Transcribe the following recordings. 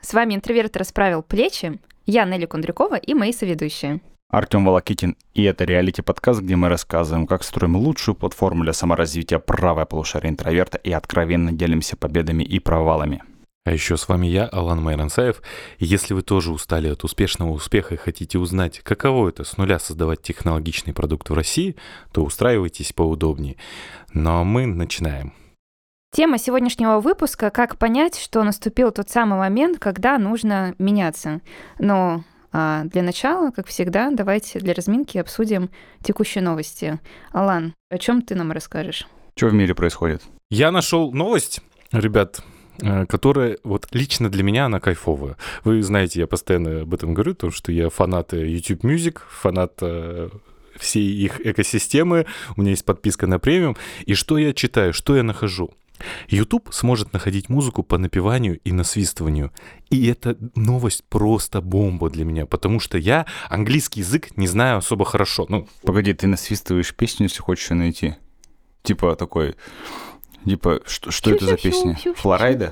С вами «Интроверт расправил плечи». Я Нелли Кундрякова и мои соведущие. Артем Волокитин, и это реалити-подкаст, где мы рассказываем, как строим лучшую платформу для саморазвития правое полушарие интроверта и откровенно делимся победами и провалами. А еще с вами я, Алан Майранцаев. И если вы тоже устали от успешного успеха и хотите узнать, каково это с нуля создавать технологичный продукт в России, то устраивайтесь поудобнее. Ну а мы начинаем. Тема сегодняшнего выпуска — как понять, что наступил тот самый момент, когда нужно меняться. Но для начала, как всегда, давайте для разминки обсудим текущие новости. Алан, о чем ты нам расскажешь? Что в мире происходит? Я нашел новость, ребят, которая вот лично для меня она кайфовая. Вы знаете, я постоянно об этом говорю, потому что я фанат YouTube Music, фанат всей их экосистемы, у меня есть подписка на премиум. И что я читаю, что я нахожу? YouTube сможет находить музыку по напеванию и насвистыванию. И эта новость просто бомба для меня, потому что я английский язык не знаю особо хорошо. Погоди, ты насвистываешь песню, если хочешь ее найти? Типа такой... Типа, что это за песня? Флорайда?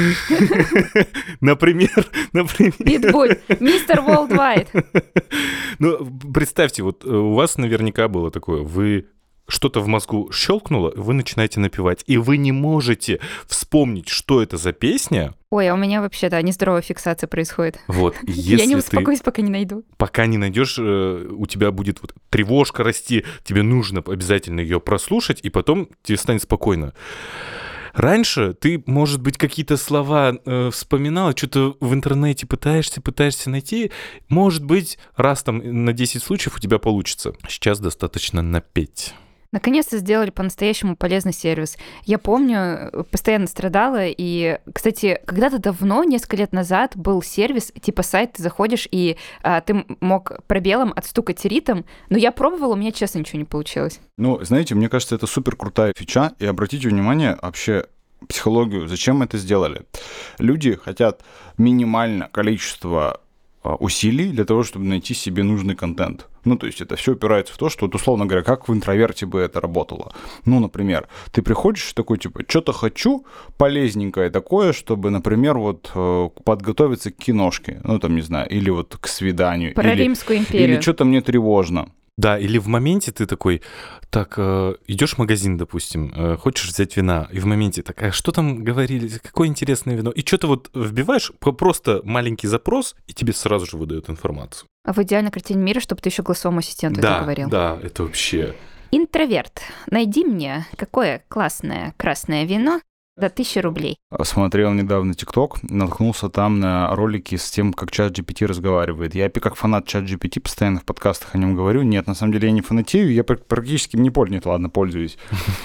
Например. Питбуль, мистер Ворлдвайд. Ну, представьте, вот у вас наверняка было такое, вы что-то в мозгу щелкнуло, вы начинаете напевать, и вы не можете вспомнить, что это за песня. Ой, а у меня вообще, да, нездоровая фиксация происходит. Вот, если я не успокоюсь, пока не найду. Пока не найдешь, у тебя будет вот тревожка расти, тебе нужно обязательно ее прослушать, и потом тебе станет спокойно. Раньше ты, может быть, какие-то слова вспоминал, что-то в интернете пытаешься найти. Может быть, раз там на 10 случаев у тебя получится. Сейчас достаточно напеть. Наконец-то сделали по-настоящему полезный сервис. Я помню, постоянно страдала, и, кстати, когда-то давно, несколько лет назад, был сервис, типа сайт, ты заходишь, и ты мог пробелом отстукать ритм, но я пробовала, у меня, честно, ничего не получилось. Ну, знаете, мне кажется, это супер крутая фича, и обратите внимание вообще психологию, зачем мы это сделали. Люди хотят минимальное количество усилий для того, чтобы найти себе нужный контент. Ну, то есть это все упирается в то, что, вот, условно говоря, как в интроверте бы это работало. Ну, например, ты приходишь такой, типа, что-то хочу полезненькое такое, чтобы, например, вот подготовиться к киношке, ну, там, не знаю, или вот к свиданию. Про Римскую империю. Или что-то мне тревожно. Да, или в моменте ты такой, так, идешь в магазин, допустим, хочешь взять вина, и в моменте так, а что там говорили, какое интересное вино? И что-то вот вбиваешь, просто маленький запрос, и тебе сразу же выдают информацию. А в идеальной картине мира, чтобы ты еще голосовому ассистенту это говорил. Да, это вообще... Интроверт, найди мне, какое классное красное вино за 1000 рублей. Смотрел недавно TikTok, наткнулся там на ролики с тем, как ChatGPT разговаривает. Я как фанат ChatGPT постоянно в подкастах о нем говорю. Нет, на самом деле я не фанатею, я практически не пользуюсь. Нет, ладно, пользуюсь.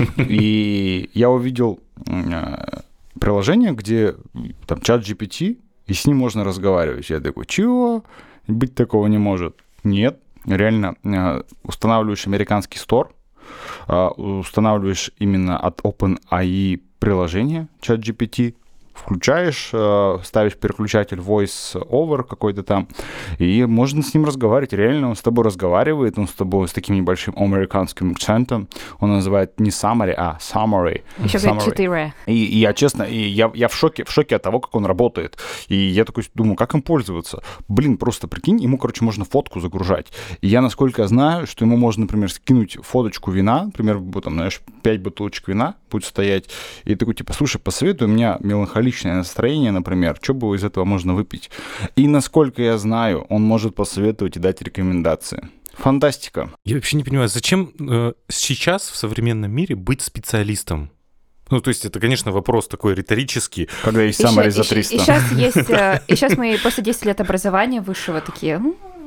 И я увидел приложение, где там ChatGPT, и с ним можно разговаривать. Я такой, чего? Быть такого не может. Нет, реально устанавливаешь американский стор, устанавливаешь именно от OpenAI приложение ChatGPT, включаешь, ставишь переключатель voice-over какой-то там, и можно с ним разговаривать. Реально он с тобой разговаривает, он с тобой с таким небольшим американским акцентом. Он называет не summary, а summary. Еще говорит 4. И я, честно, я в шоке от того, как он работает. И я такой думаю, как им пользоваться? Блин, просто прикинь, ему, можно фотку загружать. И я, насколько знаю, что ему можно, например, скинуть фоточку вина, например, там, знаешь, 5 бутылочек вина будет стоять, и такой, типа, слушай, посоветуй, у меня меланхоличное настроение, например, что бы из этого можно выпить. И, насколько я знаю, он может посоветовать и дать рекомендации. Фантастика. Я вообще не понимаю, зачем сейчас в современном мире быть специалистом? Ну, то есть это, конечно, вопрос такой риторический. Когда есть summary за 300. И сейчас мы после 10 лет образования высшего такие...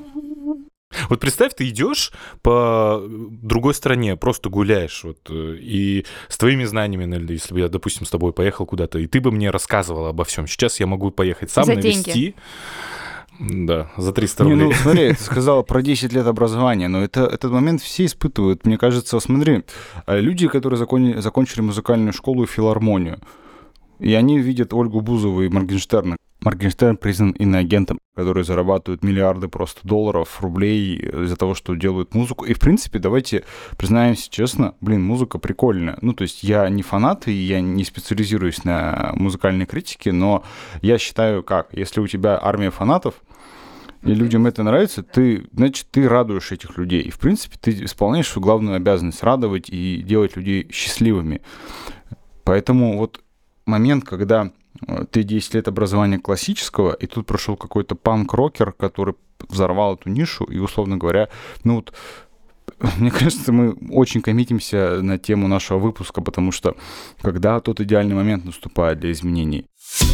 Вот представь, ты идешь по другой стране, просто гуляешь, вот, и с твоими знаниями, если бы я, допустим, с тобой поехал куда-то, и ты бы мне рассказывал обо всем. Сейчас я могу поехать сам за навести. Деньги. Да, за 300 рублей. Ну, смотри, ты сказала про 10 лет образования, но этот момент все испытывают. Мне кажется, смотри, люди, которые закончили музыкальную школу и филармонию, и они видят Ольгу Бузову и Моргенштерна, Моргенштерн признан иноагентом, которые зарабатывают миллиарды просто долларов, рублей из-за того, что делают музыку. И, в принципе, давайте признаемся честно, музыка прикольная. Ну, то есть я не фанат, и я не специализируюсь на музыкальной критике, но я считаю как, если у тебя армия фанатов, и людям это нравится, значит, ты радуешь этих людей. И, в принципе, ты исполняешь свою главную обязанность — радовать и делать людей счастливыми. Поэтому вот момент, когда ты 10 лет образования классического, и тут прошел какой-то панк-рокер, который взорвал эту нишу, и, условно говоря, мне кажется, мы очень коммитимся на тему нашего выпуска, потому что когда тот идеальный момент наступает для изменений.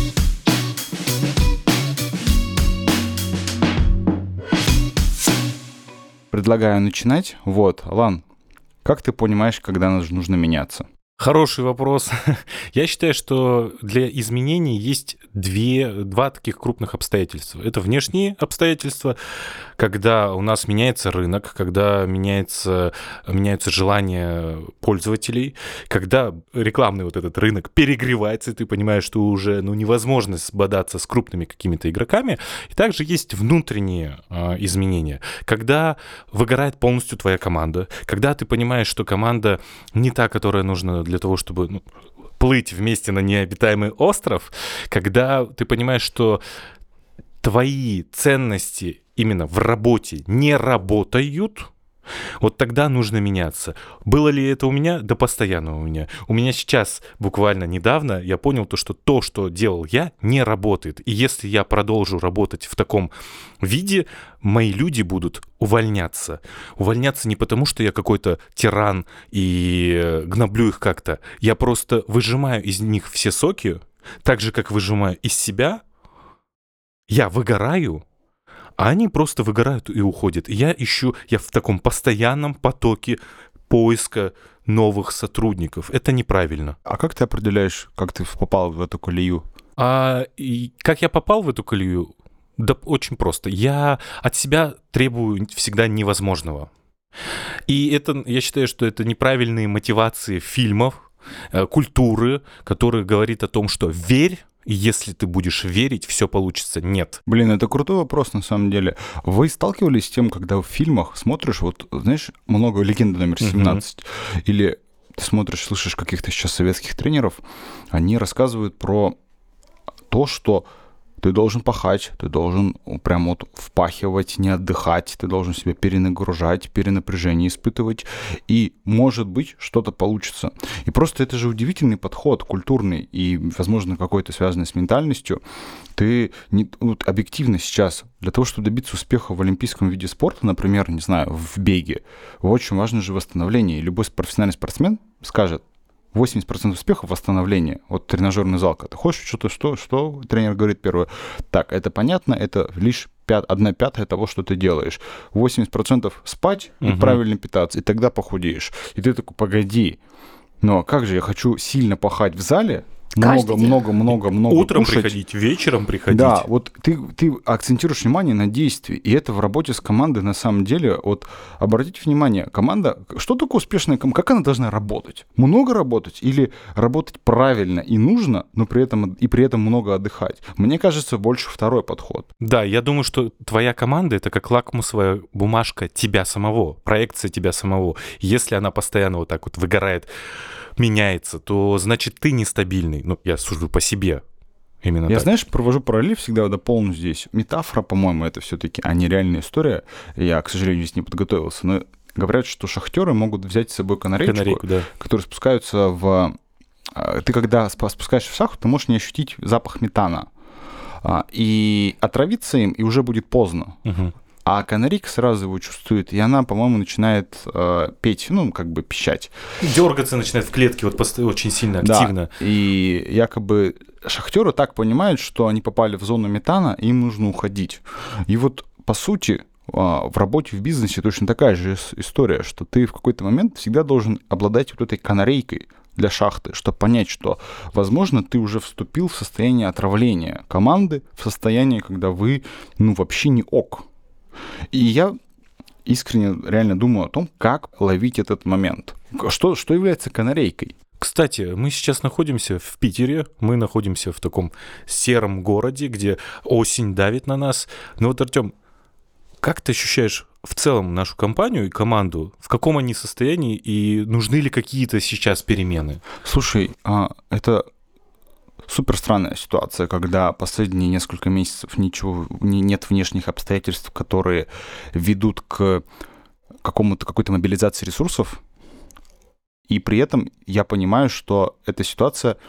Предлагаю начинать. Алан, как ты понимаешь, когда нужно меняться? Хороший вопрос. Я считаю, что для изменений есть два таких крупных обстоятельства. Это внешние обстоятельства, когда у нас меняется рынок, когда меняются желания пользователей, когда рекламный вот этот рынок перегревается, и ты понимаешь, что уже невозможно сбодаться с крупными какими-то игроками. И также есть внутренние изменения, когда выгорает полностью твоя команда, когда ты понимаешь, что команда не та, которая нужна для того, чтобы плыть вместе на необитаемый остров, когда ты понимаешь, что твои ценности именно в работе не работают, вот тогда нужно меняться. Было ли это у меня? Да постоянно у меня. У меня сейчас, буквально недавно, я понял то, что делал я, не работает. И если я продолжу работать в таком виде, мои люди будут увольняться. Увольняться не потому, что я какой-то тиран и гноблю их как-то. Я просто выжимаю из них все соки, так же, как выжимаю из себя. Я выгораю, а они просто выгорают и уходят. И я в таком постоянном потоке поиска новых сотрудников. Это неправильно. А как ты определяешь, как ты попал в эту колею? И как я попал в эту колею? Да очень просто. Я от себя требую всегда невозможного. И я считаю, что это неправильные мотивации фильмов, культуры, которые говорят о том, что верь, и если ты будешь верить, все получится. Нет. Это крутой вопрос, на самом деле. Вы сталкивались с тем, когда в фильмах смотришь, знаешь, много «Легенда номер 17», или ты смотришь, слышишь каких-то сейчас советских тренеров, они рассказывают про то, что ты должен пахать, ты должен прям впахивать, не отдыхать, ты должен себя перенагружать, перенапряжение испытывать, и, может быть, что-то получится. И просто это же удивительный подход, культурный, и, возможно, какой-то связанный с ментальностью. Ты объективно сейчас, для того, чтобы добиться успеха в олимпийском виде спорта, например, не знаю, в беге, очень важно же восстановление. И любой профессиональный спортсмен скажет: 80% успеха в восстановлении. Тренажерный зал. Ты хочешь что тренер говорит первое? Так, это понятно, это лишь 1/5 того, что ты делаешь. 80% спать и правильно питаться, и тогда похудеешь. И ты такой: погоди, но как же я хочу сильно пахать в зале, много утром кушать. Приходить, вечером приходить. Да, ты акцентируешь внимание на действии, и это в работе с командой на самом деле. Обратите внимание, команда, что такое успешная команда, как она должна работать? Много работать или работать правильно и нужно, но при этом много отдыхать? Мне кажется, больше второй подход. Да, я думаю, что твоя команда — это как лакмусовая бумажка тебя самого, проекция тебя самого. Если она постоянно выгорает, меняется, то значит ты нестабильный. Я сужу по себе. Именно я, так. Знаешь, провожу параллель всегда дополню здесь. Метафора, по-моему, это все-таки, а не реальная история. Я, к сожалению, здесь не подготовился, но говорят, что шахтеры могут взять с собой канарейку, да, которые спускаются Ты когда спускаешься в шахту, ты можешь не ощутить запах метана. И отравиться им, и уже будет поздно. Угу. А канарейка сразу его чувствует, и она, по-моему, начинает петь, пищать. Дергаться начинает в клетке очень сильно, активно. Да, и якобы шахтеры так понимают, что они попали в зону метана, и им нужно уходить. И по сути, в работе, в бизнесе точно такая же история, что ты в какой-то момент всегда должен обладать этой канарейкой для шахты, чтобы понять, что, возможно, ты уже вступил в состояние отравления команды, в состояние, когда вы, вообще не ок. И я искренне реально думаю о том, как ловить этот момент. Что является канарейкой? Кстати, мы сейчас находимся в Питере, мы находимся в таком сером городе, где осень давит на нас. Но вот, Артём, как ты ощущаешь в целом нашу компанию и команду? В каком они состоянии и нужны ли какие-то сейчас перемены? Слушай, это супер странная ситуация, когда последние несколько месяцев нет внешних обстоятельств, которые ведут к какой-то мобилизации ресурсов. И при этом я понимаю, что эта ситуация,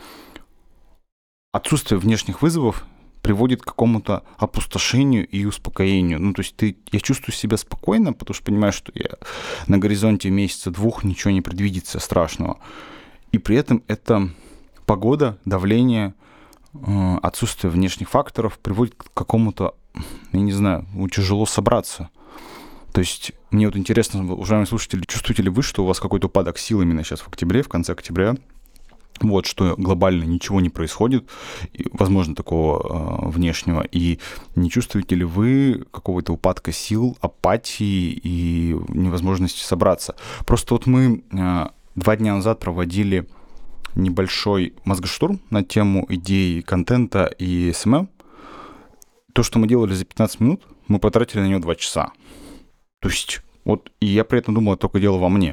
отсутствие внешних вызовов приводит к какому-то опустошению и успокоению. Ну, то есть я чувствую себя спокойно, потому что понимаю, что я на горизонте месяца-двух ничего не предвидится страшного. И при этом это погода, давление, отсутствие внешних факторов приводит к какому-то, я не знаю, тяжело собраться. То есть мне вот интересно, уважаемые слушатели, чувствуете ли вы, что у вас какой-то упадок сил именно сейчас в октябре, в конце октября? Вот, что глобально ничего не происходит, возможно, такого внешнего. И не чувствуете ли вы какого-то упадка сил, апатии и невозможности собраться? Просто вот мы 2 дня назад проводили небольшой мозгоштурм на тему идей контента и СММ. То, что мы делали за 15 минут, мы потратили на него 2 часа. То есть, вот, и я при этом думал, это только дело во мне.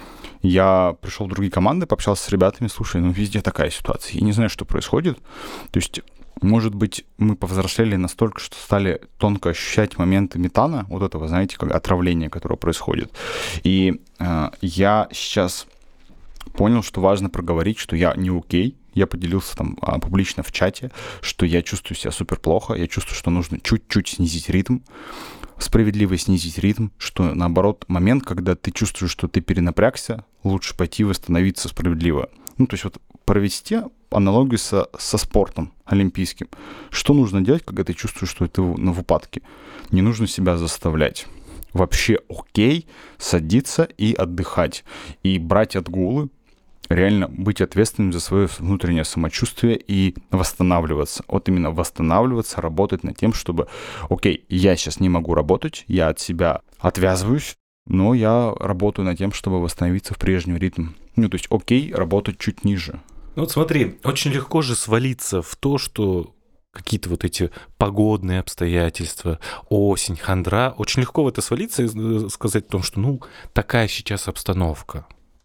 Я пришел в другие команды, пообщался с ребятами, слушай, везде такая ситуация, я не знаю, что происходит. То есть, может быть, мы повзрослели настолько, что стали тонко ощущать моменты метана, вот этого, знаете, как отравления, которое происходит. И я сейчас понял, что важно проговорить, что я не окей. Я поделился там публично в чате, что я чувствую себя супер плохо, я чувствую, что нужно чуть-чуть снизить ритм, справедливо снизить ритм, что, наоборот, момент, когда ты чувствуешь, что ты перенапрягся, лучше пойти восстановиться справедливо. Ну, то есть вот провести аналогию со спортом олимпийским. Что нужно делать, когда ты чувствуешь, что ты в упадке? Не нужно себя заставлять. Вообще окей садиться и отдыхать. И брать отгулы, реально быть ответственным за свое внутреннее самочувствие и восстанавливаться. Вот именно восстанавливаться, работать над тем, чтобы, окей, я сейчас не могу работать, я от себя отвязываюсь, но я работаю над тем, чтобы восстановиться в прежний ритм. Ну, то есть, окей, работать чуть ниже. Ну вот смотри, очень легко же свалиться в то, что какие-то вот эти погодные обстоятельства, осень, хандра, очень легко в это свалиться и сказать о том, что, такая сейчас обстановка.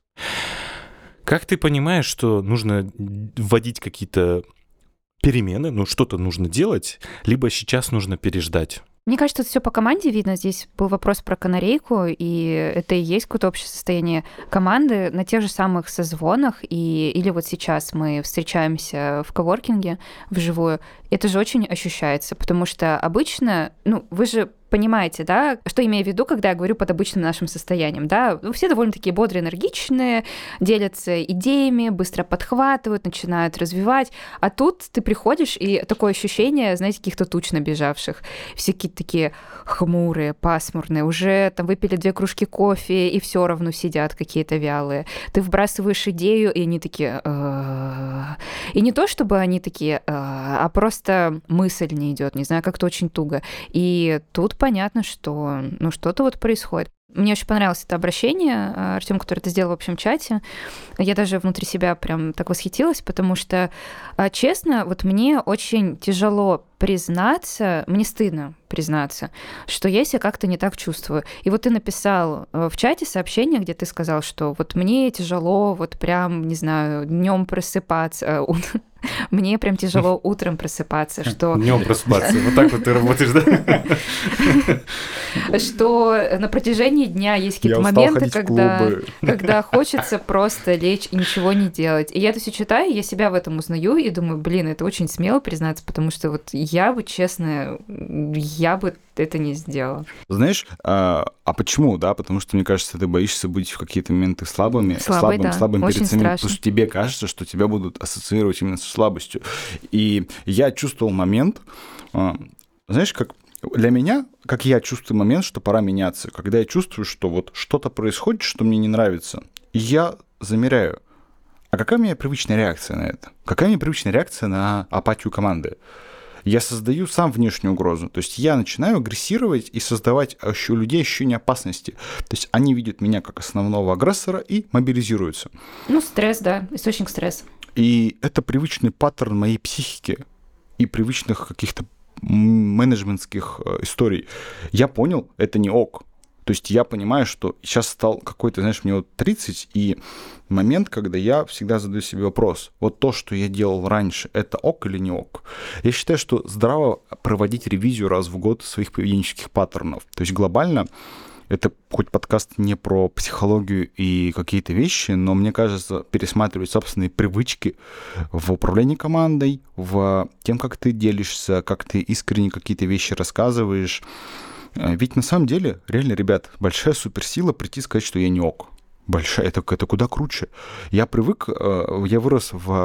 Как ты понимаешь, что нужно вводить какие-то перемены, что-то нужно делать, либо сейчас нужно переждать? Мне кажется, это все по команде видно. Здесь был вопрос про канарейку, и это и есть какое-то общее состояние команды на тех же самых созвонах. Или вот сейчас мы встречаемся в коворкинге вживую. Это же очень ощущается, потому что обычно, вы же понимаете, да, что имею в виду, когда я говорю под обычным нашим состоянием, да, все довольно-таки бодрые, энергичные, делятся идеями, быстро подхватывают, начинают развивать, а тут ты приходишь, и такое ощущение, знаете, каких-то туч набежавших, все какие-то такие хмурые, пасмурные, уже там выпили 2 кружки кофе, и все равно сидят какие-то вялые. Ты вбрасываешь идею, и они такие... И не то, чтобы они такие, а просто мысль не идет, не знаю, как-то очень туго. И тут понятно, что что-то вот происходит. Мне очень понравилось это обращение, Артём, который это сделал в общем чате. Я даже внутри себя прям так восхитилась, потому что, честно, вот мне очень тяжело признаться, мне стыдно признаться, что я себя как-то не так чувствую. И вот ты написал в чате сообщение, где ты сказал, что вот мне тяжело вот прям, не знаю, днем просыпаться, мне прям тяжело утром просыпаться, что... Днем просыпаться, вот так вот ты работаешь, да? Что на протяжении дня есть какие-то моменты, когда хочется просто лечь и ничего не делать. И я это все читаю, я себя в этом узнаю и думаю, это очень смело признаться, потому что вот я бы, честно, я бы это не сделала. Знаешь, а почему, да? Потому что, мне кажется, ты боишься быть в какие-то моменты слабым перед самим, потому что тебе кажется, что тебя будут ассоциировать именно со слабостью. И я чувствовал момент, знаешь, как для меня, как я чувствую момент, что пора меняться, когда я чувствую, что вот что-то происходит, что мне не нравится, и я замеряю. А какая у меня привычная реакция на это? Какая у меня привычная реакция на апатию команды? Я создаю сам внешнюю угрозу. То есть я начинаю агрессировать и создавать у людей ощущение опасности. То есть они видят меня как основного агрессора и мобилизируются. Ну, стресс, да, источник стресса. И это привычный паттерн моей психики и привычных каких-то менеджментских историй. Я понял, это не ок. То есть я понимаю, что сейчас стал какой-то, знаешь, мне вот 30, и момент, когда я всегда задаю себе вопрос, вот то, что я делал раньше, это ок или не ок? Я считаю, что здраво проводить ревизию раз в год своих поведенческих паттернов. То есть глобально это хоть подкаст не про психологию и какие-то вещи, но мне кажется, пересматривать собственные привычки в управлении командой, в тем, как ты делишься, как ты искренне какие-то вещи рассказываешь. Ведь на самом деле, реально, ребят, большая суперсила прийти и сказать, что я не ок. Большая, это куда круче. Я привык, я вырос в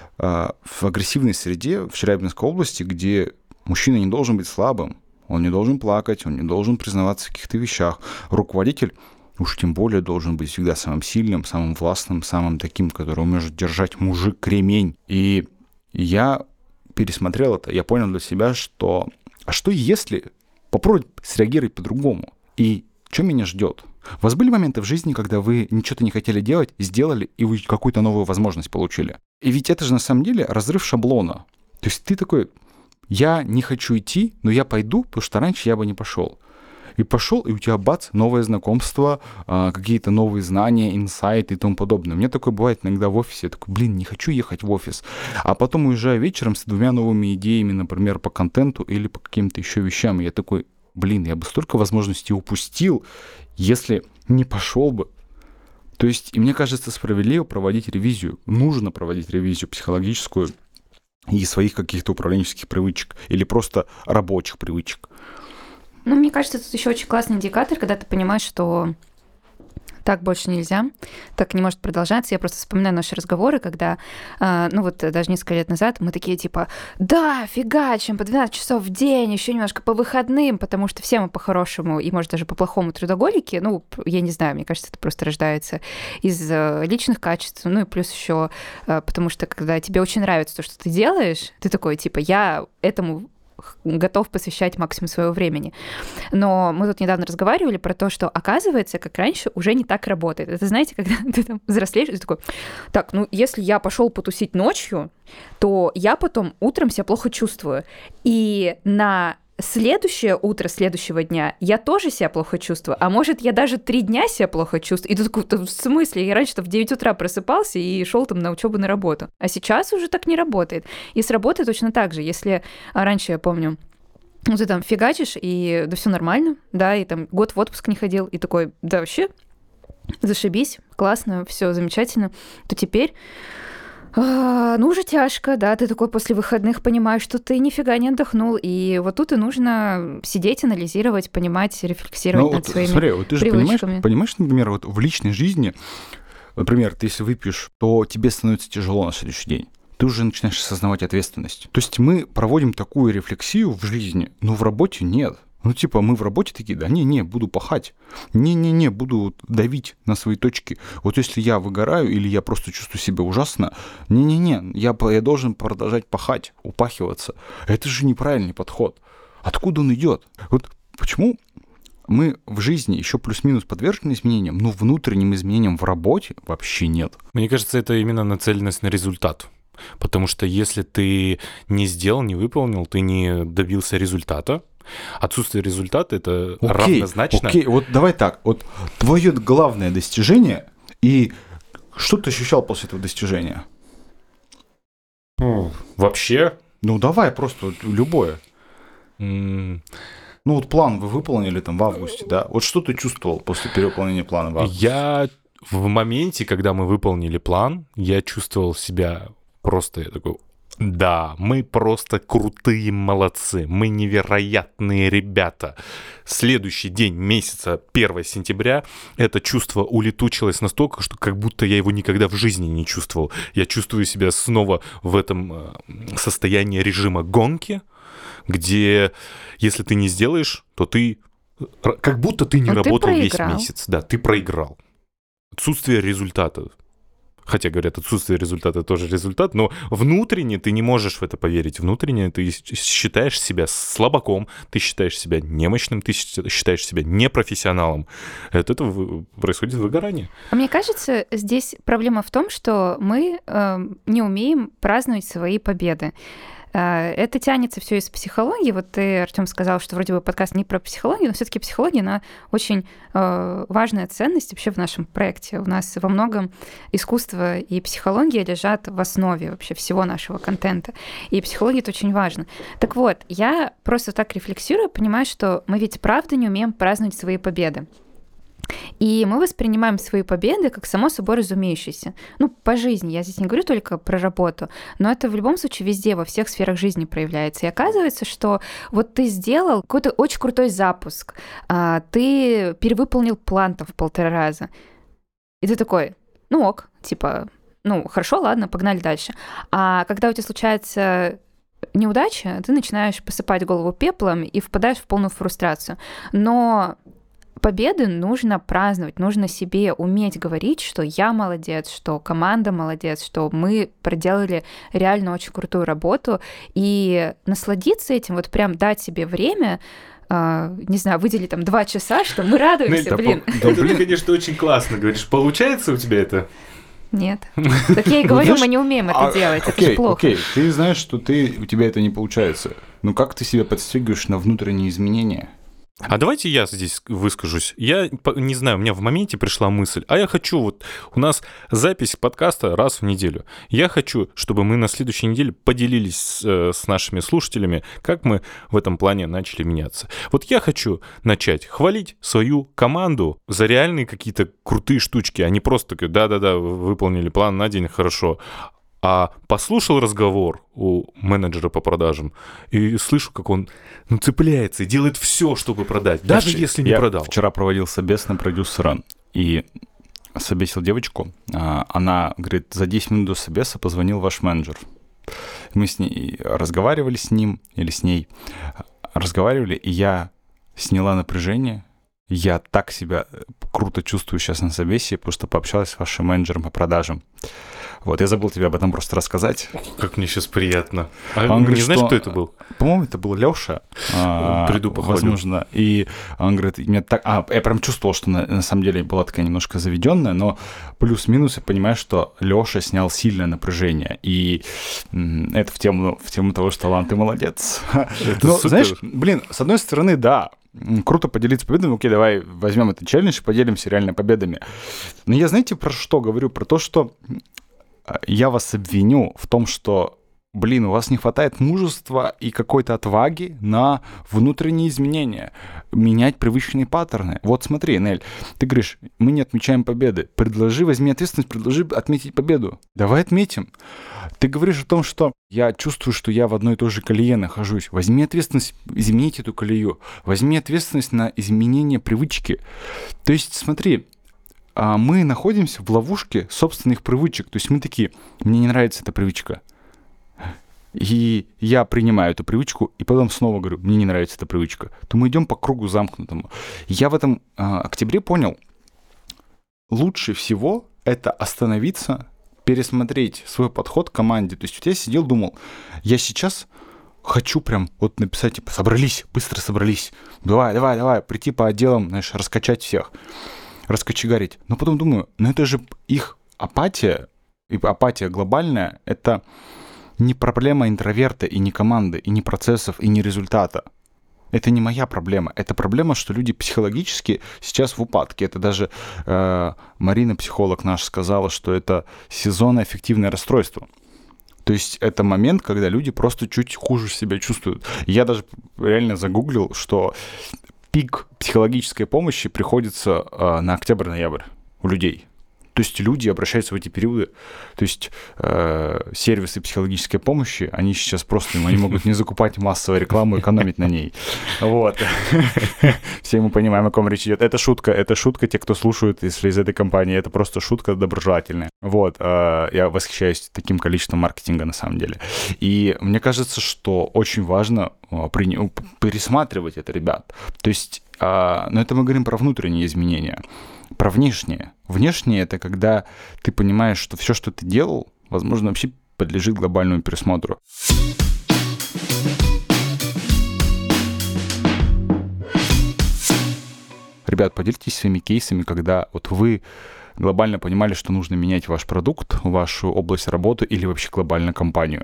агрессивной среде в Челябинской области, где мужчина не должен быть слабым, он не должен плакать, он не должен признаваться в каких-то вещах. Руководитель уж тем более должен быть всегда самым сильным, самым властным, самым таким, который может держать мужик-кремень. И я пересмотрел это, я понял для себя, что... А что если... попробовать среагировать по-другому. И что меня ждет? У вас были моменты в жизни, когда вы ничего-то не хотели делать, сделали, и вы какую-то новую возможность получили? И ведь это же на самом деле разрыв шаблона. То есть ты такой, я не хочу идти, но я пойду, потому что раньше я бы не пошел. И пошел, и у тебя бац, новое знакомство, какие-то новые знания, инсайты и тому подобное. У меня такое бывает иногда в офисе. Я такой, не хочу ехать в офис. А потом уезжаю вечером с 2 новыми идеями, например, по контенту или по каким-то еще вещам. И я такой, я бы столько возможностей упустил, если не пошел бы. То есть, и мне кажется, справедливо проводить ревизию. Нужно проводить ревизию психологическую и своих каких-то управленческих привычек или просто рабочих привычек. Ну, мне кажется, тут еще очень классный индикатор, когда ты понимаешь, что так больше нельзя, так не может продолжаться. Я просто вспоминаю наши разговоры, когда, даже несколько лет назад мы такие типа, да, фигачим по 12 часов в день, еще немножко по выходным, потому что все мы по-хорошему и, может, даже по-плохому трудоголики. Ну, я не знаю, мне кажется, это просто рождается из личных качеств. Ну и плюс еще, потому что когда тебе очень нравится то, что ты делаешь, ты такой, типа, я этому готов посвящать максимум своего времени. Но мы тут недавно разговаривали про то, что, оказывается, как раньше, уже не так работает. Это, знаете, когда ты там взрослеешь, ты такой, так, если я пошел потусить ночью, то я потом утром себя плохо чувствую. И на следующее утро следующего дня я тоже себя плохо чувствую, а может, я даже 3 дня себя плохо чувствую. И ты такой, в смысле? Я раньше в 9 утра просыпался и шел там на учебу, на работу. А сейчас уже так не работает. И с работой точно так же. Если раньше, я помню, ты там фигачишь, и да все нормально, да, и там год в отпуск не ходил, и такой, да вообще, зашибись, классно, все замечательно, то теперь... уже тяжко, да, ты такой после выходных понимаешь, что ты нифига не отдохнул, и вот тут и нужно сидеть, анализировать, понимать, рефлексировать над своими смотри, вот ты же привычками. понимаешь, например, вот в личной жизни, например, ты если выпьешь, то тебе становится тяжело на следующий день. Ты уже начинаешь осознавать ответственность. То есть мы проводим такую рефлексию в жизни, но в работе нет. Мы в работе такие, да, буду пахать. Буду давить на свои точки. Вот если я выгораю или я просто чувствую себя ужасно, я должен продолжать пахать, упахиваться. Это же неправильный подход. Откуда он идет? Вот почему мы в жизни еще плюс-минус подвержены изменениям, но внутренним изменениям в работе вообще нет. Мне кажется, это именно нацеленность на результат. Потому что если ты не сделал, не выполнил, ты не добился результата, отсутствие результата — это равнозначно... Окей, вот давай так. Вот твое главное достижение, и что ты ощущал после этого достижения? Вообще? Давай просто любое. План вы выполнили там в августе, да? Вот что ты чувствовал после перевыполнения плана в августе? Я в моменте, когда мы выполнили план, я чувствовал себя просто, я такой... Да, мы просто крутые молодцы, мы невероятные ребята. Следующий день месяца, 1 сентября, это чувство улетучилось настолько, что как будто я его никогда в жизни не чувствовал. Я чувствую себя снова в этом состоянии режима гонки, где если ты не сделаешь, то ты... Как будто ты не работал весь месяц. Да, ты проиграл. Отсутствие результата. Хотя, говорят, отсутствие результата тоже результат, но внутренне ты не можешь в это поверить. Внутренне ты считаешь себя слабаком, ты считаешь себя немощным, ты считаешь себя непрофессионалом. От этого происходит выгорание. А мне кажется, здесь проблема в том, что мы не умеем праздновать свои победы. Это тянется все из психологии. Вот ты, Артём, сказал, что вроде бы подкаст не про психологию, но все-таки психология, она очень важная ценность вообще в нашем проекте. У нас во многом искусство и психология лежат в основе вообще всего нашего контента. И психология это очень важно. Так вот, я просто так рефлексирую, понимаю, что мы ведь правда не умеем праздновать свои победы. И мы воспринимаем свои победы как само собой разумеющиеся. Ну, по жизни. Я здесь не говорю только про работу, но это в любом случае везде, во всех сферах жизни проявляется. И оказывается, что вот ты сделал какой-то очень крутой запуск, ты перевыполнил план в 1,5 раза. И ты такой, ну ок, типа, ну хорошо, ладно, погнали дальше. А когда у тебя случается неудача, ты начинаешь посыпать голову пеплом и впадаешь в полную фрустрацию. Но победы нужно праздновать, нужно себе уметь говорить, что я молодец, что команда молодец, что мы проделали реально очень крутую работу, и насладиться этим, вот прям дать себе время, не знаю, выделить там 2 часа, что мы радуемся, блин. Ты, конечно, очень классно говоришь. Получается у тебя это? Нет. Так я и говорю, мы не умеем это делать, это же плохо. Окей, ты знаешь, что у тебя это не получается. Ну как ты себя подстегиваешь на внутренние изменения? А давайте я здесь выскажусь. Я не знаю, у меня в моменте пришла мысль, я хочу, вот у нас запись подкаста раз в неделю. Я хочу, чтобы мы на следующей неделе поделились с нашими слушателями, как мы в этом плане начали меняться. Вот я хочу начать хвалить свою команду за реальные какие-то крутые штучки, а не просто такие, да-да-да, выполнили план на день, хорошо. А послушал разговор у менеджера по продажам и слышу, как он цепляется и делает все, чтобы продать, даже если не продал. Я вчера проводил собес на продюсера и собесил девочку. Она говорит, за 10 минут до собеса позвонил ваш менеджер. Мы с ней разговаривали с ним или с ней, разговаривали, и я сняла напряжение. Я так себя круто чувствую сейчас на собесе, потому что пообщалась с вашим менеджером по продажам. Вот, я забыл тебе об этом просто рассказать. Как мне сейчас приятно. Он говорит, не знаешь, кто это был? По-моему, это был Лёша. Приду похвалю. Возможно. И он говорит, меня так... я прям чувствовал, что на самом деле была такая немножко заведенная, но плюс-минус я понимаю, что Лёша снял сильное напряжение. И это в тему того, что Лан, ты молодец. Но, знаешь, блин, с одной стороны, да, круто поделиться победами. Окей, давай возьмем этот челлендж и поделимся реально победами. Но я, знаете, про что говорю? Про то, что я вас обвиню в том, что, блин, у вас не хватает мужества и какой-то отваги на внутренние изменения, менять привычные паттерны. Вот смотри, Нель, ты говоришь, мы не отмечаем победы. Возьми ответственность, предложи отметить победу. Давай отметим. Ты говоришь о том, что я чувствую, что я в одной и той же колее нахожусь. Возьми ответственность, изменить эту колею. Возьми ответственность на изменение привычки. То есть, смотри, мы находимся в ловушке собственных привычек. То есть мы такие, мне не нравится эта привычка. И я принимаю эту привычку, и потом снова говорю, мне не нравится эта привычка. То мы идем по кругу замкнутому. Я в этом октябре понял, лучше всего это остановиться, пересмотреть свой подход к команде. То есть вот я сидел, думал, я сейчас хочу прям вот написать, типа, собрались, быстро собрались. Давай, прийти по отделам, знаешь, раскачать всех. Раскочегарить. Но потом думаю, это же их апатия, и апатия глобальная, это не проблема интроверта и не команды, и не процессов, и не результата. Это не моя проблема. Это проблема, что люди психологически сейчас в упадке. Это даже Марина, психолог наш, сказала, что это сезонное аффективное расстройство. То есть это момент, когда люди просто чуть хуже себя чувствуют. Я даже реально загуглил, что пик психологической помощи приходится на октябрь-ноябрь у людей. То есть люди обращаются в эти периоды. То есть сервисы психологической помощи, они сейчас просто они могут не закупать массовую рекламу, экономить на ней. Вот. Все мы понимаем, о ком речь идет. Это шутка, те, кто слушают, если из этой компании, это просто шутка доброжелательная. Вот. Я восхищаюсь таким количеством маркетинга на самом деле. И мне кажется, что очень важно пересматривать это, ребят. То есть, но это мы говорим про внутренние изменения. Про внешние. Внешнее — это когда ты понимаешь, что все, что ты делал, возможно, вообще подлежит глобальному пересмотру. Ребят, поделитесь своими кейсами, когда вот вы глобально понимали, что нужно менять ваш продукт, вашу область работы или вообще глобально компанию.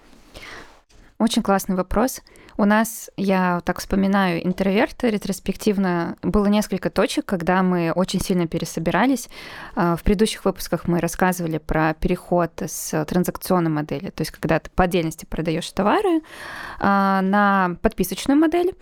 Очень классный вопрос. У нас, я так вспоминаю, интроверты ретроспективно, было несколько точек, когда мы очень сильно пересобирались. В предыдущих выпусках мы рассказывали про переход с транзакционной модели, то есть когда ты по отдельности продаешь товары, на подписочную модель,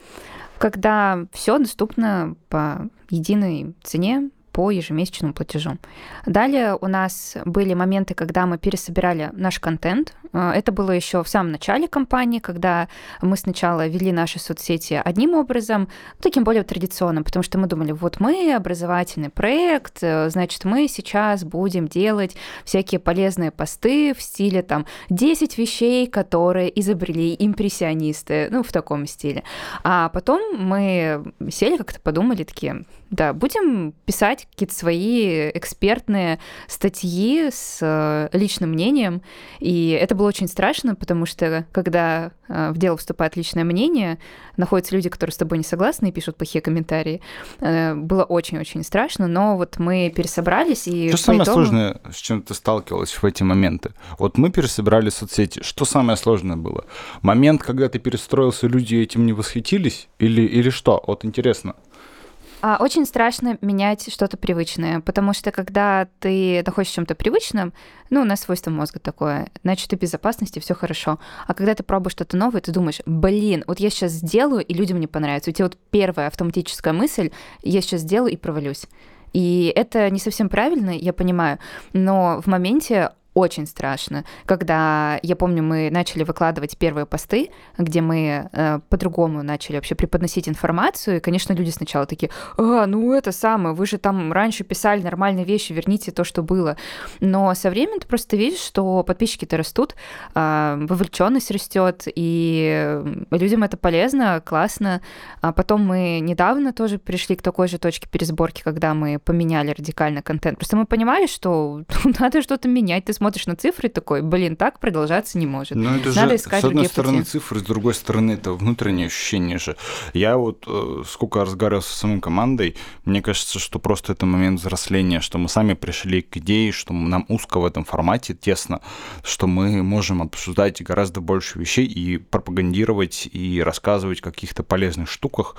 когда все доступно по единой цене, по ежемесячному платежу. Далее у нас были моменты, когда мы пересобирали наш контент. Это было еще в самом начале кампании, когда мы сначала вели наши соцсети одним образом, таким более традиционным, потому что мы думали, вот мы образовательный проект, значит, мы сейчас будем делать всякие полезные посты в стиле там 10 вещей, которые изобрели импрессионисты, в таком стиле. А потом мы сели, как-то подумали, такие, да, будем писать какие-то свои экспертные статьи с личным мнением. И это было очень страшно, потому что когда в дело вступает личное мнение, находятся люди, которые с тобой не согласны и пишут плохие комментарии. Было очень-очень страшно, но вот мы пересобрались и... Что самое сложное, с чем ты сталкивалась в эти моменты? Вот мы пересобирали соцсети. Что самое сложное было? Момент, когда ты перестроился, люди этим не восхитились? Или что? Вот интересно. Очень страшно менять что-то привычное, потому что когда ты находишься в чем-то привычном, у нас свойство мозга такое, значит, в безопасности все хорошо. А когда ты пробуешь что-то новое, ты думаешь, вот я сейчас сделаю, и людям не понравится. У тебя вот первая автоматическая мысль, я сейчас сделаю и провалюсь. И это не совсем правильно, я понимаю, но в моменте очень страшно. Когда, я помню, мы начали выкладывать первые посты, где мы по-другому начали вообще преподносить информацию, и, конечно, люди сначала такие, это самое, вы же там раньше писали нормальные вещи, верните то, что было. Но со временем ты просто видишь, что подписчики-то растут, вовлеченность растет, и людям это полезно, классно. А потом мы недавно тоже пришли к такой же точке пересборки, когда мы поменяли радикально контент. Просто мы понимали, что надо что-то менять. Ты смотришь на цифры и такой, так продолжаться не может. Но это надо же, искать с одной другие стороны, пути. цифры, с другой стороны, это внутреннее ощущение же. Я вот сколько разговаривал со самой командой, мне кажется, что просто это момент взросления, что мы сами пришли к идее, что нам узко в этом формате, тесно, что мы можем обсуждать гораздо больше вещей и пропагандировать, и рассказывать о каких-то полезных штуках,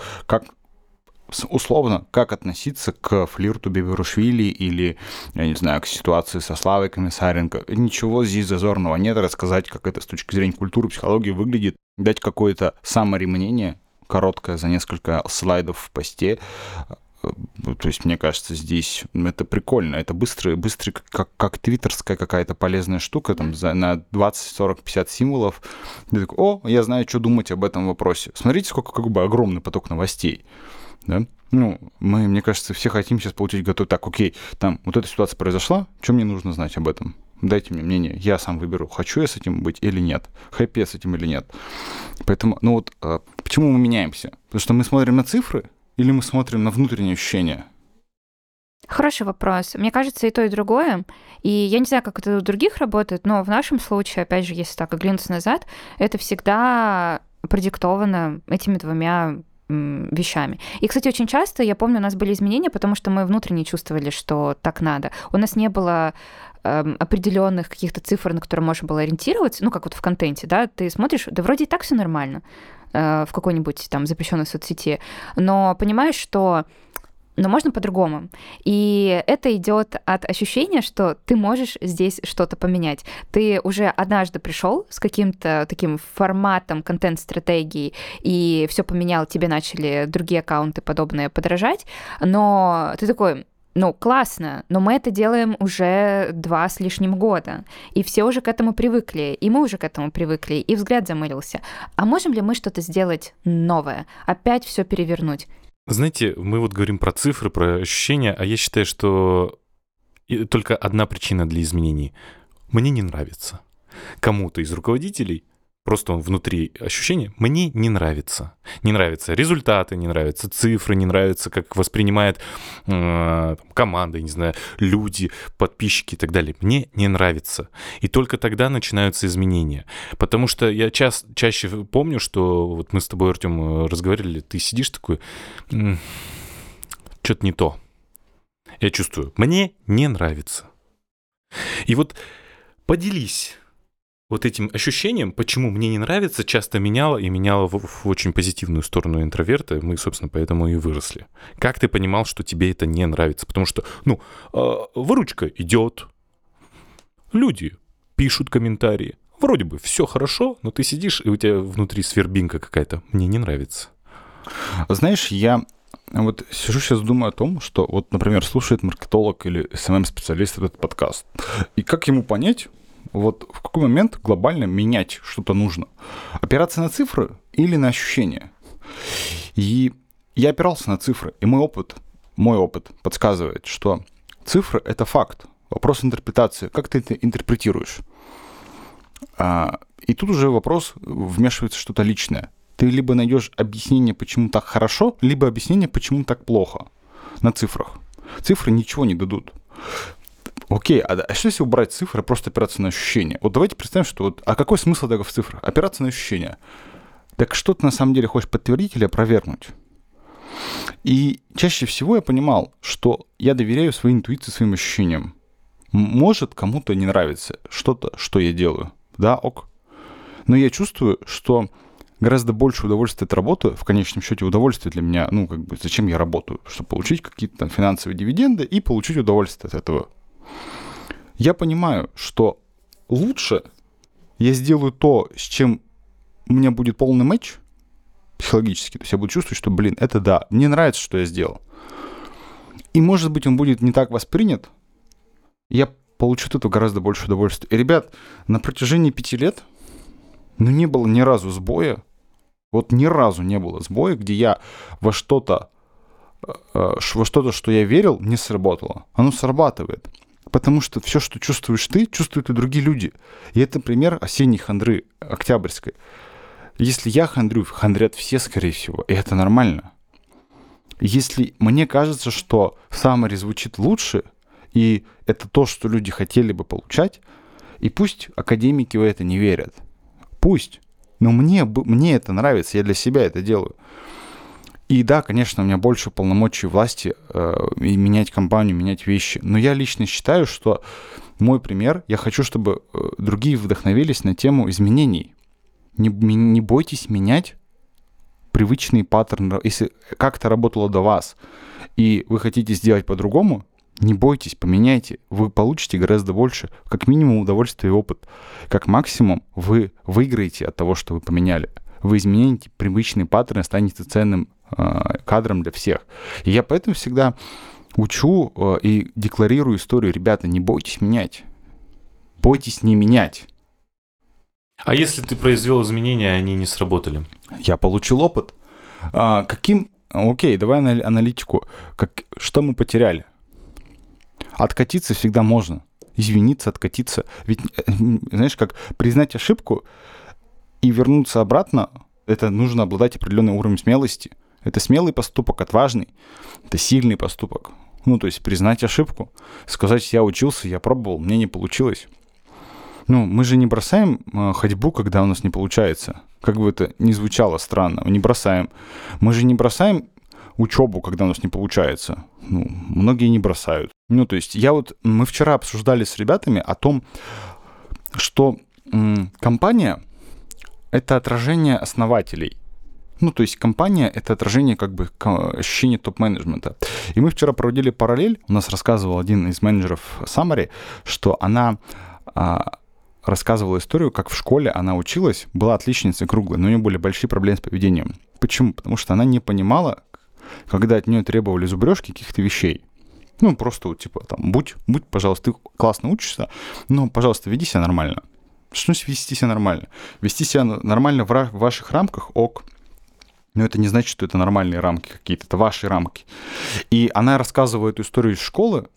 условно, как относиться к флирту Беберушвили или, я не знаю, к ситуации со Славой Комиссаренко. Ничего здесь зазорного нет, рассказать, как это с точки зрения культуры, психологии выглядит, дать какое-то самое мнение, короткое, за несколько слайдов в посте. То есть, мне кажется, здесь это прикольно. Это быстрый как твиттерская какая-то полезная штука, там, на 20, 40, 50 символов. Ты такой, я знаю, что думать об этом вопросе. Смотрите, сколько огромный поток новостей. Да? Мы, мне кажется, все хотим сейчас получить готовый. Так, окей, там вот эта ситуация произошла, что мне нужно знать об этом? Дайте мне мнение, я сам выберу, хочу я с этим быть или нет, хэппи я с этим или нет. Поэтому, почему мы меняемся? Потому что мы смотрим на цифры или мы смотрим на внутренние ощущения? Хороший вопрос. Мне кажется, и то, и другое. И я не знаю, как это у других работает, но в нашем случае, опять же, если так оглянуться назад, это всегда продиктовано этими двумя вещами. И, кстати, очень часто, я помню, у нас были изменения, потому что мы внутренне чувствовали, что так надо. У нас не было определенных каких-то цифр, на которые можно было ориентироваться, как вот в контенте, да, ты смотришь, да вроде и так все нормально в какой-нибудь там запрещенной соцсети, но понимаешь, что можно по-другому. И это идет от ощущения, что ты можешь здесь что-то поменять. Ты уже однажды пришел с каким-то таким форматом контент-стратегии, и все поменял, тебе начали другие аккаунты подобные подражать, но ты такой, классно, но мы это делаем уже 2 с лишним года, и все уже к этому привыкли, и мы уже к этому привыкли, и взгляд замылился. А можем ли мы что-то сделать новое? Опять все перевернуть? Знаете, мы вот говорим про цифры, про ощущения, а я считаю, что только одна причина для изменений. Мне не нравится. Кому-то из руководителей просто он внутри ощущение, мне не нравится. Не нравятся результаты, не нравятся цифры, не нравится, как воспринимает команда, не знаю, люди, подписчики и так далее. Мне не нравится. И только тогда начинаются изменения. Потому что я чаще помню, что вот мы с тобой, Артем, разговаривали, ты сидишь такой, что-то не то. Я чувствую, мне не нравится. И вот поделись вот этим ощущением, почему мне не нравится, часто меняло в очень позитивную сторону интроверта. Мы, собственно, поэтому и выросли. Как ты понимал, что тебе это не нравится? Потому что, выручка идет, люди пишут комментарии. Вроде бы все хорошо, но ты сидишь, и у тебя внутри свербинка какая-то. Мне не нравится. Знаешь, я вот сижу сейчас, думаю о том, что вот, например, слушает маркетолог или SMM-специалист этот подкаст. И как ему понять, вот в какой момент глобально менять что-то нужно? Опираться на цифры или на ощущения? И я опирался на цифры, и мой опыт подсказывает, что цифры — это факт. Вопрос интерпретации. Как ты это интерпретируешь? И тут уже вопрос, вмешивается что-то личное. Ты либо найдешь объяснение, почему так хорошо, либо объяснение, почему так плохо на цифрах. Цифры ничего не дадут. Окей, а что если убрать цифры, просто опираться на ощущения? Вот давайте представим, что вот, а какой смысл тогда в цифрах? Опираться на ощущения. Так что ты на самом деле хочешь подтвердить или опровергнуть? И чаще всего я понимал, что я доверяю своей интуиции, своим ощущениям. Может кому-то не нравится что-то, что я делаю. Да, ок. Но я чувствую, что гораздо больше удовольствия от работы, в конечном счете удовольствие для меня, зачем я работаю? Чтобы получить какие-то там финансовые дивиденды и получить удовольствие от этого. Я понимаю, что лучше я сделаю то, с чем у меня будет полный матч психологически. То есть я буду чувствовать, что, это да, мне нравится, что я сделал. И, может быть, он будет не так воспринят. Я получу от этого гораздо больше удовольствия. И, ребят, на протяжении 5 лет, не было ни разу сбоя. Вот ни разу не было сбоя, где я во что-то, что я верил, не сработало. Оно срабатывает. Потому что все, что чувствуешь ты, чувствуют и другие люди. И это пример осенней хандры, октябрьской. Если я хандрю, хандрят все, скорее всего. И это нормально. Если мне кажется, что summary звучит лучше, и это то, что люди хотели бы получать, и пусть академики в это не верят. Пусть. Но мне это нравится, я для себя это делаю. И да, конечно, у меня больше полномочий власти и менять компанию, менять вещи. Но я лично считаю, что мой пример, я хочу, чтобы другие вдохновились на тему изменений. Не бойтесь менять привычные паттерны. Если как-то работало до вас, и вы хотите сделать по-другому, не бойтесь, поменяйте. Вы получите гораздо больше, как минимум, удовольствие и опыт. Как максимум, вы выиграете от того, что вы поменяли. Вы измените привычные паттерны, станете ценным кадром для всех. И я поэтому всегда учу и декларирую историю. Ребята, не бойтесь менять. Бойтесь не менять. А если ты произвел изменения, они не сработали? Я получил опыт. Окей, давай аналитику. Что мы потеряли? Откатиться всегда можно. Извиниться, откатиться. Ведь, знаешь, как признать ошибку и вернуться обратно, это нужно обладать определенным уровнем смелости. Это смелый поступок, отважный. Это сильный поступок. То есть признать ошибку. Сказать, я учился, я пробовал, мне не получилось. Мы же не бросаем ходьбу, когда у нас не получается. Как бы это ни звучало странно, не бросаем. Мы же не бросаем учебу, когда у нас не получается. Многие не бросают. То есть мы вчера обсуждали с ребятами о том, что компания — это отражение основателей. То есть компания — это отражение ощущения топ-менеджмента. И мы вчера проводили параллель. У нас рассказывал один из менеджеров Summary, что она рассказывала историю, как в школе она училась, была отличницей круглой, но у нее были большие проблемы с поведением. Почему? Потому что она не понимала, когда от нее требовали зубрежки каких-то вещей. Просто будь, пожалуйста, ты классно учишься, но, пожалуйста, веди себя нормально. Что значит вести себя нормально? Вести себя нормально в ваших рамках — ок. Но это не значит, что это нормальные рамки какие-то, это ваши рамки. И она рассказывала эту историю из школы,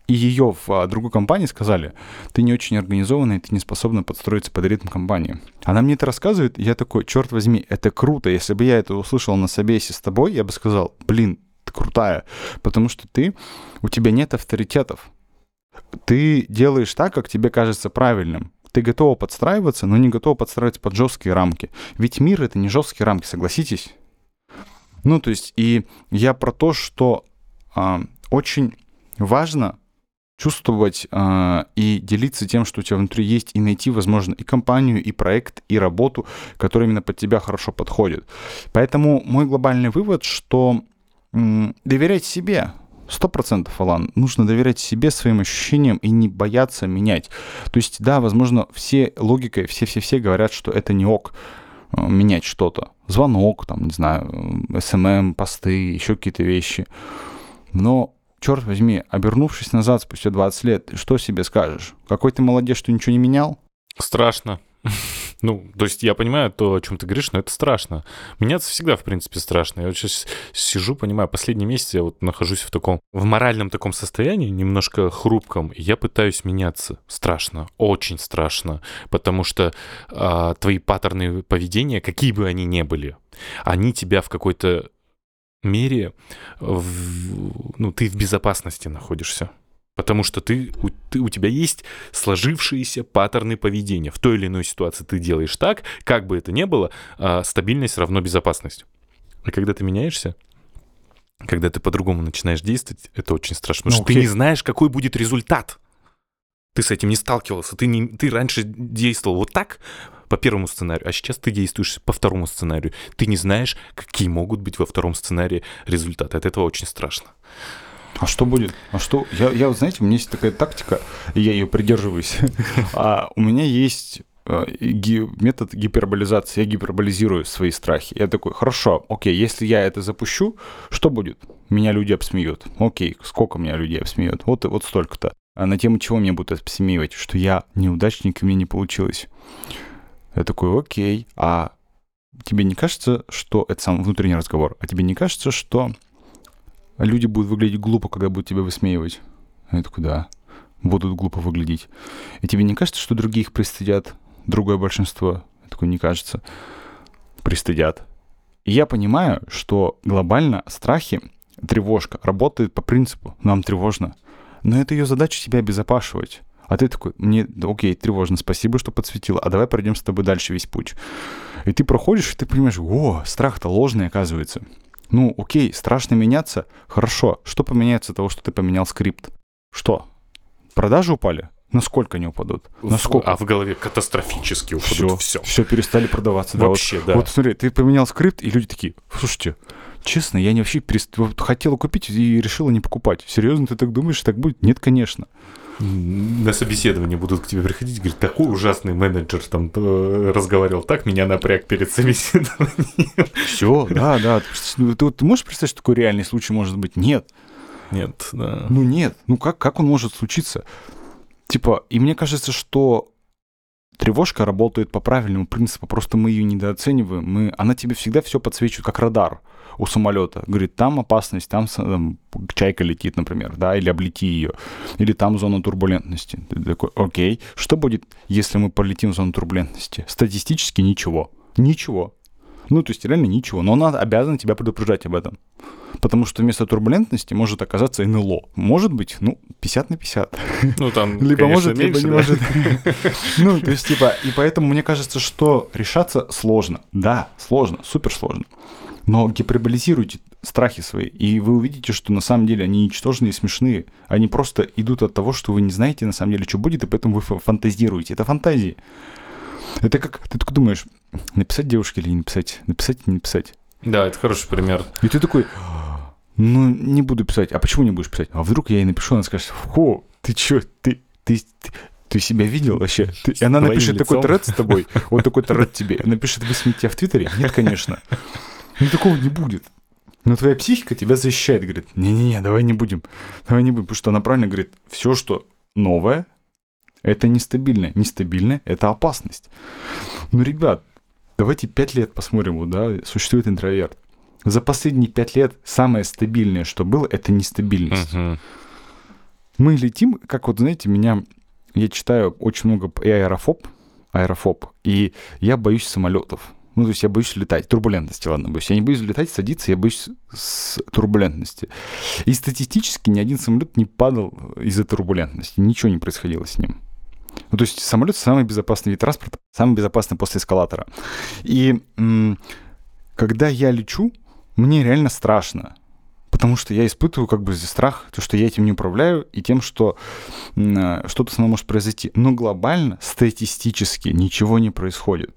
И ее в другой компании сказали: ты не очень организованный, ты не способна подстроиться под ритм компании. Она мне это рассказывает, и я такой: черт возьми, это круто. Если бы я это услышал на собесе с тобой, я бы сказал: блин, ты крутая, потому что у тебя нет авторитетов. Ты делаешь так, как тебе кажется правильным. Ты готова подстраиваться, но не готова подстраиваться под жесткие рамки. Ведь мир — это не жесткие рамки, согласитесь? Ну, то есть, и я про то, что очень важно чувствовать и делиться тем, что у тебя внутри есть, и найти, возможно, и компанию, и проект, и работу, которая именно под тебя хорошо подходит. Поэтому мой глобальный вывод, что доверять себе. 100%, Алан, нужно доверять себе, своим ощущениям и не бояться менять. То есть, да, возможно, все логикой, все говорят, что это не ок менять что-то. Звонок, там, не знаю, СММ, посты, еще какие-то вещи. Но, черт возьми, обернувшись назад спустя 20 лет, что себе скажешь? Какой ты молодец, что ничего не менял? Страшно. Ну, то есть я понимаю то, о чем ты говоришь, но это страшно. Меняться всегда, в принципе, страшно. Я вот сейчас сижу, понимаю, последний месяц я вот нахожусь в моральном таком состоянии, немножко хрупком, и я пытаюсь меняться. Страшно, очень страшно, потому что твои паттерны поведения, какие бы они ни были, они тебя в какой-то мере, ты в безопасности находишься. Потому что у тебя есть сложившиеся паттерны поведения. В той или иной ситуации ты делаешь так, как бы это ни было, стабильность равно безопасность. А когда ты меняешься, когда ты по-другому начинаешь действовать, это очень страшно. Потому что ты не знаешь, какой будет результат. Ты с этим не сталкивался. Ты раньше действовал вот так, по первому сценарию, а сейчас ты действуешь по второму сценарию. Ты не знаешь, какие могут быть во втором сценарии результаты. От этого очень страшно. А что будет? Я, знаете, у меня есть такая тактика, и я ее придерживаюсь. У меня есть метод гиперболизации. Я гиперболизирую свои страхи. Я такой: хорошо, окей, если я это запущу, что будет? Меня люди обсмеют. Окей, сколько меня людей обсмеют? Вот столько-то. А на тему чего меня будут обсмеивать? Что я неудачник, и мне не получилось. Я такой: окей, а тебе не кажется, что... Это сам внутренний разговор. А тебе не кажется, что... люди будут выглядеть глупо, когда будут тебя высмеивать? Я такой: да, будут глупо выглядеть. И тебе не кажется, что другие их пристыдят? Другое большинство? Я такой: не кажется. Пристыдят. И я понимаю, что глобально страхи, тревожка работает по принципу: нам тревожно. Но это ее задача себя обезопашивать. А ты такой: мне, окей, тревожно, спасибо, что подсветила, а давай пройдем с тобой дальше весь путь. И ты проходишь, и ты понимаешь: о, страх-то ложный, оказывается. Ну, окей, страшно меняться. Хорошо. Что поменяется от того, что ты поменял скрипт? Что? Продажи упали? Насколько они упадут? Насколько? А в голове катастрофически упадут. Все перестали продаваться. Вообще, да. Вот смотри, ты поменял скрипт, и люди такие: слушайте, честно, я не вообще хотела купить и решила не покупать. Серьезно, ты так думаешь, так будет? Нет, конечно. На собеседование будут к тебе приходить и говорить: такой ужасный менеджер там разговаривал, так меня напряг перед собеседованием. Все, да. Ты можешь представить, что такой реальный случай может быть? Нет. Нет, да. Ну нет. Ну как он может случиться? Типа, и мне кажется, что тревожка работает по правильному принципу, просто мы ее недооцениваем. Она тебе всегда все подсвечивает, как радар у самолета. Говорит: там опасность, там чайка летит, например, да, или облети ее, или там зона турбулентности. Ты такой: окей, что будет, если мы полетим в зону турбулентности? Статистически ничего. Ничего. Ну, то есть реально ничего. Но она обязана тебя предупреждать об этом. Потому что вместо турбулентности может оказаться НЛО. Может быть, 50 на 50. Ну, там, либо конечно, может, меньше, либо не может. Ну, то есть, типа, и поэтому мне кажется, что решаться сложно. Да, сложно, супер сложно. Но гиперболизируйте страхи свои, и вы увидите, что на самом деле они ничтожные и смешные. Они просто идут от того, что вы не знаете на самом деле, что будет, и поэтому вы фантазируете. Это фантазии. Это как, ты только думаешь, написать девушке или не написать? Написать или не написать? Да, это хороший пример. И ты такой: не буду писать. А почему не будешь писать? А вдруг я ей напишу, она скажет: фу, ты чё, ты себя видел вообще? И она напишет такой тред с тобой, вот такой тред тебе. Напишет: высмеять тебя в Твиттере? Нет, конечно. Такого не будет. Но твоя психика тебя защищает, говорит: не-не-не, давай не будем. Потому что она правильно говорит: все, что новое, это нестабильное. Нестабильное — это опасность. Ну, ребят, давайте 5 лет посмотрим, вот, да, существует интроверт. За последние 5 лет самое стабильное, что было, это нестабильность. мы летим, как вот, знаете, я читаю очень много и аэрофоб, и я боюсь самолетов. Ну, то есть я боюсь летать. Турбулентности, ладно, боюсь. Я не боюсь летать, садиться, я боюсь с турбулентности. И статистически ни один самолет не падал из-за турбулентности. Ничего не происходило с ним. Ну, то есть самолет самый безопасный вид транспорта, самый безопасный после эскалатора. И когда я лечу, мне реально страшно. Потому что я испытываю как бы страх, то, что я этим не управляю, и тем, что что-то со мной может произойти. Но глобально, статистически ничего не происходит.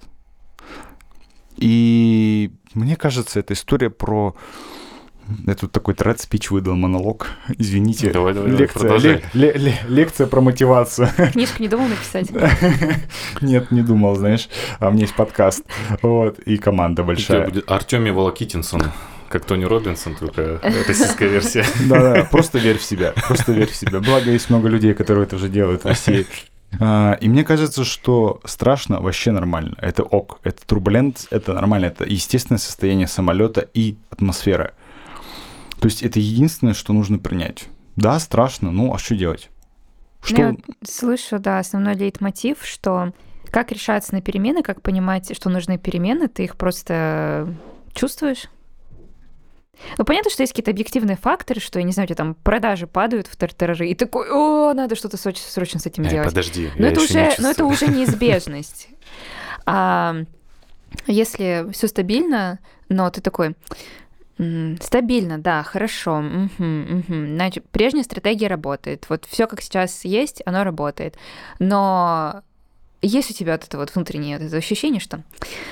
И мне кажется, эта история про... Я тут такой тред-спич выдал, монолог. Извините. Давай, лекция про мотивацию. Книжку не думал написать? Нет, не думал, знаешь. А у меня есть подкаст. Вот, и команда большая. Это будет Артёмий Волокитинсон, как Тони Робинсон, только российская версия. Да-да, просто верь в себя. Просто верь в себя. Благо, есть много людей, которые это уже делают в России. И мне кажется, что страшно вообще нормально. Это ок, это турбулент, это нормально, это естественное состояние самолета и атмосфера. То есть это единственное, что нужно принять. Да, страшно, ну а что делать? Что... Я слышу, да, основной лейтмотив, что как решаться на перемены, как понимать, что нужны перемены, ты их просто чувствуешь. Ну, понятно, что есть какие-то объективные факторы, что, я не знаю, у тебя там продажи падают в тартарары, и такой, надо что-то срочно с этим делать. Подожди, но это уже неизбежность. А если все стабильно, но ты такой, стабильно, да, хорошо, значит, прежняя стратегия работает, вот все как сейчас есть, оно работает, но есть у тебя вот это вот внутреннее вот это ощущение, что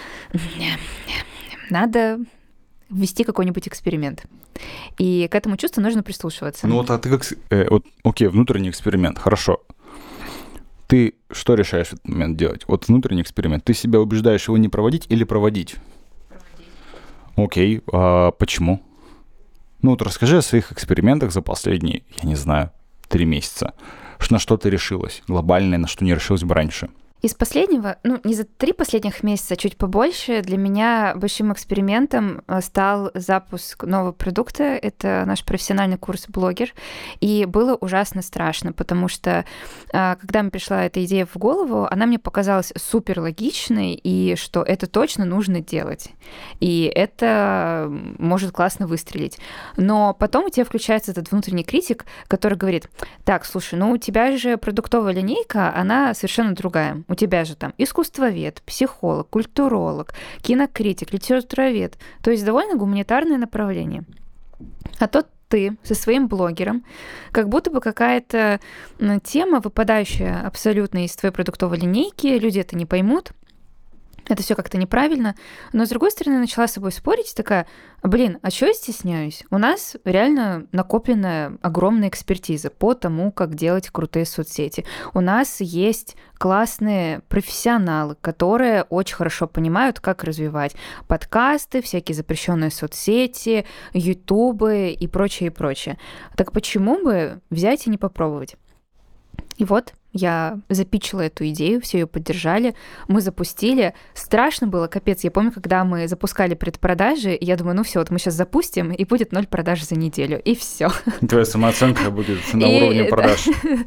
надо ввести какой-нибудь эксперимент. И к этому чувству нужно прислушиваться. Ну вот, а ты как... окей, внутренний эксперимент, хорошо. Ты что решаешь в этот момент делать? Вот внутренний эксперимент. Ты себя убеждаешь его не проводить или проводить? Проводить. Окей, а почему? Ну вот расскажи о своих экспериментах за последние, я не знаю, 3 месяца. На что ты решилась? Глобальное, на что не решилась бы раньше? Из последнего, не за 3 последних месяца, чуть побольше, для меня большим экспериментом стал запуск нового продукта. Это наш профессиональный курс «Блогер». И было ужасно страшно, потому что, когда мне пришла эта идея в голову, она мне показалась супер логичной, и что это точно нужно делать. И это может классно выстрелить. Но потом у тебя включается этот внутренний критик, который говорит, так, слушай, у тебя же продуктовая линейка, она совершенно другая. У тебя же там искусствовед, психолог, культуролог, кинокритик, литературовед. То есть довольно гуманитарное направление. А то ты со своим блогером, как будто бы какая-то тема, выпадающая абсолютно из твоей продуктовой линейки, люди это не поймут, это все как-то неправильно. Но, с другой стороны, начала с собой спорить, такая, а чего я стесняюсь? У нас реально накопленная огромная экспертиза по тому, как делать крутые соцсети. У нас есть классные профессионалы, которые очень хорошо понимают, как развивать подкасты, всякие запрещенные соцсети, ютубы и прочее, и прочее. Так почему бы взять и не попробовать? И вот я запичила эту идею, все ее поддержали, мы запустили. Страшно было, капец. Я помню, когда мы запускали предпродажи, я думаю, все, вот мы сейчас запустим, и будет 0 продаж за неделю, и все. Твоя самооценка будет на уровне продаж.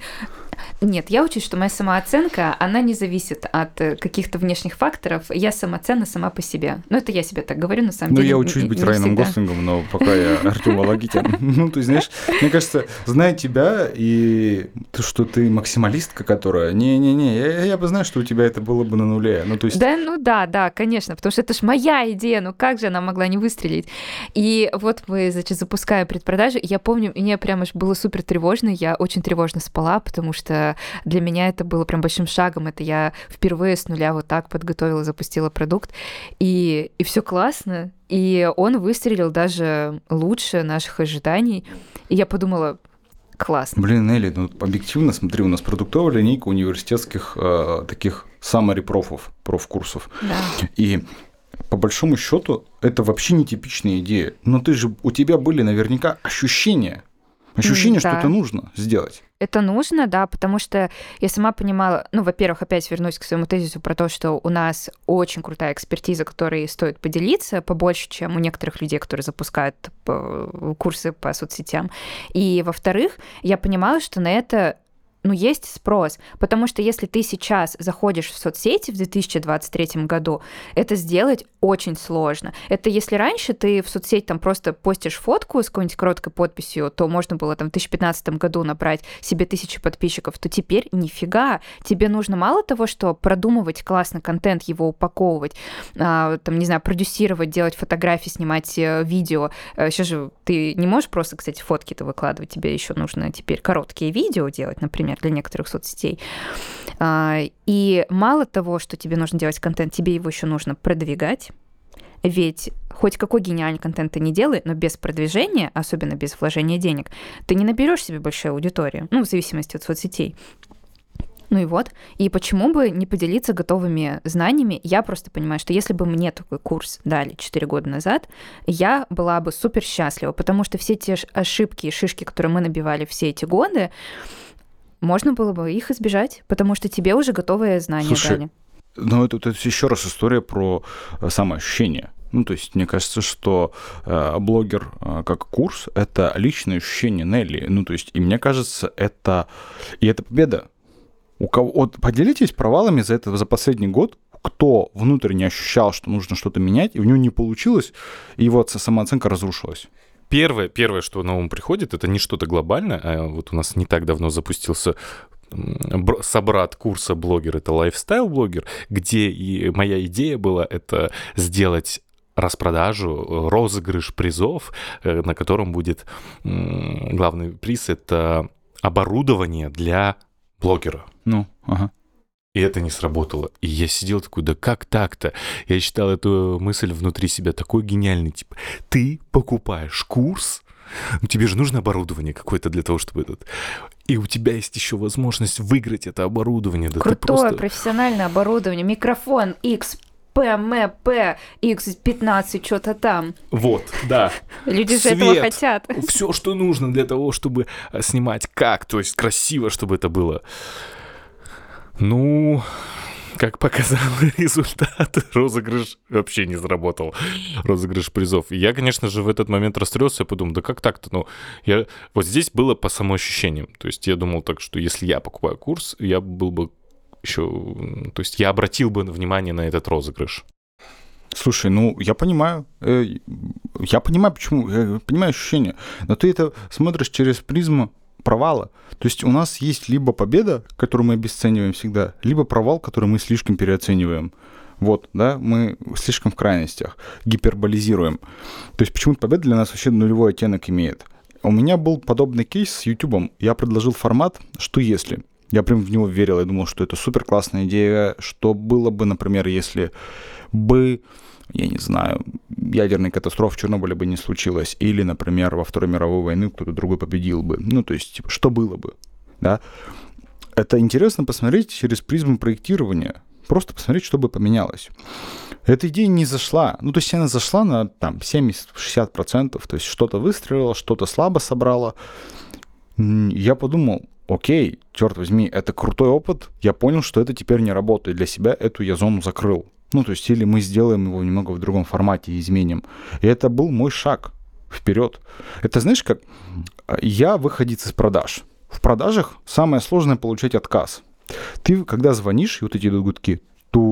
Нет, я учусь, что моя самооценка, она не зависит от каких-то внешних факторов. Я самоценна сама по себе. Это я себе так говорю, на самом деле. Я учусь быть Райаном Гослингом, но пока я Артём Волокитин. Ты знаешь, мне кажется, зная тебя, и то, что ты максималистка, которая... Не-не-не, я бы знаю, что у тебя это было бы на нуле. Да, конечно, потому что это ж моя идея, как же она могла не выстрелить? И вот мы, значит, запускаем предпродажи, я помню, мне прям аж было супер тревожно, я очень тревожно спала, потому что для меня это было прям большим шагом. Это я впервые с нуля вот так подготовила, запустила продукт. И все классно. И он выстрелил даже лучше наших ожиданий. И я подумала, классно. Нелли, объективно, смотри, у нас продуктовая линейка университетских таких саммари-профов, профкурсов. Да. И по большому счету это вообще нетипичная идея. Но у тебя были наверняка ощущения. Ощущение, что это нужно сделать. Это нужно, да, потому что я сама понимала, во-первых, опять вернусь к своему тезису про то, что у нас очень крутая экспертиза, которой стоит поделиться побольше, чем у некоторых людей, которые запускают курсы по соцсетям. И, во-вторых, я понимала, что на это есть спрос, потому что если ты сейчас заходишь в соцсети в 2023 году, это сделать очень сложно. Это если раньше ты в соцсети там просто постишь фотку с какой-нибудь короткой подписью, то можно было там в 2015 году набрать себе 1000 подписчиков, то теперь нифига. Тебе нужно мало того, что продумывать классный контент, его упаковывать, продюсировать, делать фотографии, снимать видео. Сейчас же ты не можешь просто, кстати, фотки-то выкладывать, тебе еще нужно теперь короткие видео делать, например, для некоторых соцсетей. И мало того, что тебе нужно делать контент, тебе его еще нужно продвигать. Ведь хоть какой гениальный контент ты не делай, но без продвижения, особенно без вложения денег, ты не наберешь себе большую аудиторию, в зависимости от соцсетей. И почему бы не поделиться готовыми знаниями? Я просто понимаю, что если бы мне такой курс дали 4 года назад, я была бы супер счастлива, потому что все те ошибки и шишки, которые мы набивали все эти годы, можно было бы их избежать, потому что тебе уже готовые знания дали. Это еще раз история про самоощущение. То есть мне кажется, что блогер как курс — это личное ощущение Нелли. И мне кажется, это победа. Поделитесь провалами за последний год, кто внутренне ощущал, что нужно что-то менять, и у него не получилось, и его самооценка разрушилась. Первое, что на ум приходит, это не что-то глобальное, а вот у нас не так давно запустился собрат курса блогер, это лайфстайл-блогер, где и моя идея была это сделать распродажу, розыгрыш призов, на котором будет главный приз — это оборудование для блогера. И это не сработало. И я сидел такой, да как так-то? Я считал эту мысль внутри себя такой гениальной. Типа, ты покупаешь курс, тебе же нужно оборудование какое-то для того, чтобы И у тебя есть еще возможность выиграть это оборудование. Да крутое профессиональное оборудование, микрофон XPMP X15, что-то там. Вот, да. Люди же этого хотят. Все, что нужно для того, чтобы снимать то есть красиво, чтобы это было. Как показал результат, розыгрыш вообще не сработал. Розыгрыш призов. И я, конечно же, в этот момент расстроился, подумал, да как так-то? Вот здесь было по самоощущениям. То есть я думал так, что если я покупаю курс, я был бы еще... То есть я обратил бы внимание на этот розыгрыш. Слушай, я понимаю. Я понимаю, почему. Я понимаю ощущения. Но ты это смотришь через призму провала. То есть у нас есть либо победа, которую мы обесцениваем всегда, либо провал, который мы слишком переоцениваем. Мы слишком в крайностях, гиперболизируем. То есть почему-то победа для нас вообще нулевой оттенок имеет. У меня был подобный кейс с YouTube. Я предложил формат «Что если?». Я прям в него верил, я думал, что это супер классная идея, что было бы, например, если бы, я не знаю, ядерной катастрофы в Чернобыле бы не случилось, или, например, во Второй мировой войны кто-то другой победил бы. Что было бы, да? Это интересно посмотреть через призму проектирования, просто посмотреть, что бы поменялось. Эта идея не зашла, то есть она зашла на 70-60%, то есть что-то выстрелило, что-то слабо собрало. Я подумал, окей, черт возьми, это крутой опыт, я понял, что это теперь не работает, для себя эту я зону закрыл. Или мы сделаем его немного в другом формате и изменим. И это был мой шаг вперед. Это, знаешь, как я выходец из продаж. В продажах самое сложное — получать отказ. Ты, когда звонишь, и вот эти идут гудки,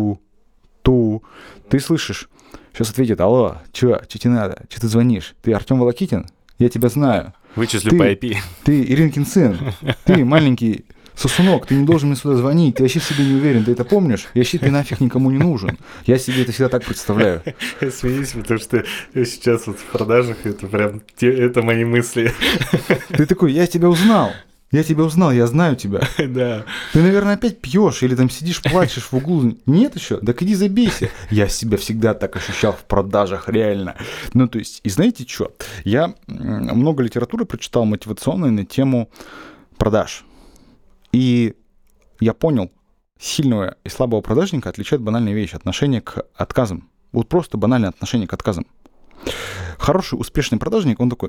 ты слышишь, сейчас ответит: алло, чё тебе надо? Чё ты звонишь? Ты Артём Волокитин? Я тебя знаю. Вычислю по IP. Ты Иринкин сын. Ты маленький сосунок, ты не должен мне сюда звонить, ты вообще в себе не уверен, ты это помнишь? Я вообще ты нафиг никому не нужен. Я себе это всегда так представляю. Я смеюсь, потому что сейчас в продажах это мои мысли. Ты такой: я тебя узнал, я знаю тебя. Да. Ты, наверное, опять пьешь или там сидишь, плачешь в углу. Нет еще? Так иди забейся. Я себя всегда так ощущал в продажах, реально. И знаете что? Я много литературы прочитал мотивационной на тему продаж. И я понял, сильного и слабого продажника отличает банальная вещь — отношение к отказам. Просто банальное отношение к отказам. Хороший, успешный продажник, он такой: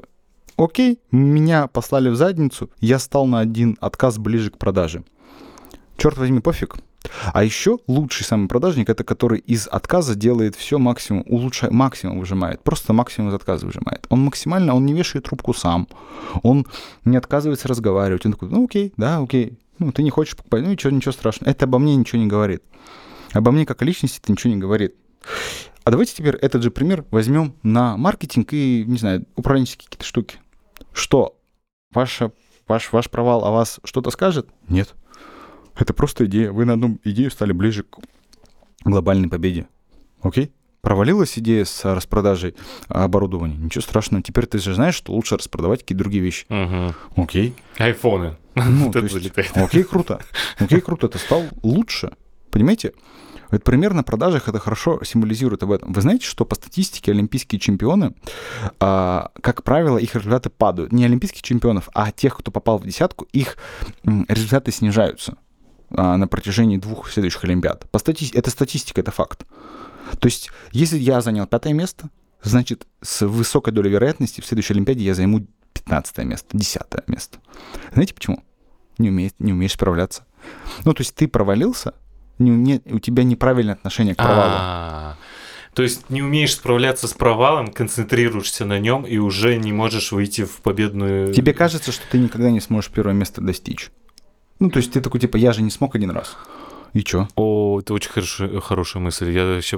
Окей, меня послали в задницу, я стал на один отказ ближе к продаже. Черт возьми, пофиг. А еще лучший самый продажник — это который из отказа делает все максимум, улучшает, максимум выжимает. Просто максимум из отказа выжимает. Он максимально, он не вешает трубку сам. Он не отказывается разговаривать. Он такой, ну окей, да, окей. Ну, ты не хочешь покупать, ну ничего страшного. Это обо мне ничего не говорит. Обо мне как о личности это ничего не говорит. А давайте теперь этот же пример возьмем на маркетинг и, не знаю, управленческие какие-то штуки. Что? Ваш провал о вас что-то скажет? Нет. Это просто идея. Вы на одну идею стали ближе к глобальной победе. Окей? Провалилась идея с распродажей оборудования. Ничего страшного. Теперь ты же знаешь, что лучше распродавать какие-то другие вещи. Угу. Окей. Айфоны. Ну, окей, круто. Окей, круто. Ты стал лучше. Понимаете? Вот пример на продажах это хорошо символизирует об этом. Вы знаете, что по статистике олимпийские чемпионы, как правило, их результаты падают. Не олимпийских чемпионов, а тех, кто попал в десятку, их результаты снижаются на протяжении 2 следующих олимпиад. Это статистика, это факт. То есть, если я занял 5 место, значит, с высокой долей вероятности в следующей олимпиаде я займу 15 место, 10 место. Знаете почему? Не умеешь справляться. Ну, то есть ты провалился, у тебя неправильное отношение к провалу. То есть не умеешь справляться с провалом, концентрируешься на нем и уже не можешь выйти в победную... Тебе кажется, что ты никогда не сможешь первое место достичь. Ну, то есть ты такой, типа, я же не смог один раз. И чё? О, это очень хорошая мысль.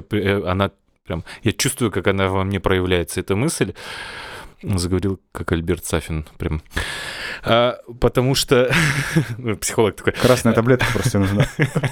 Я чувствую, как она во мне проявляется, эта мысль. Заговорил, как Альберт Сафин, прям. Потому что... Психолог такой. Красная таблетка просто нужна.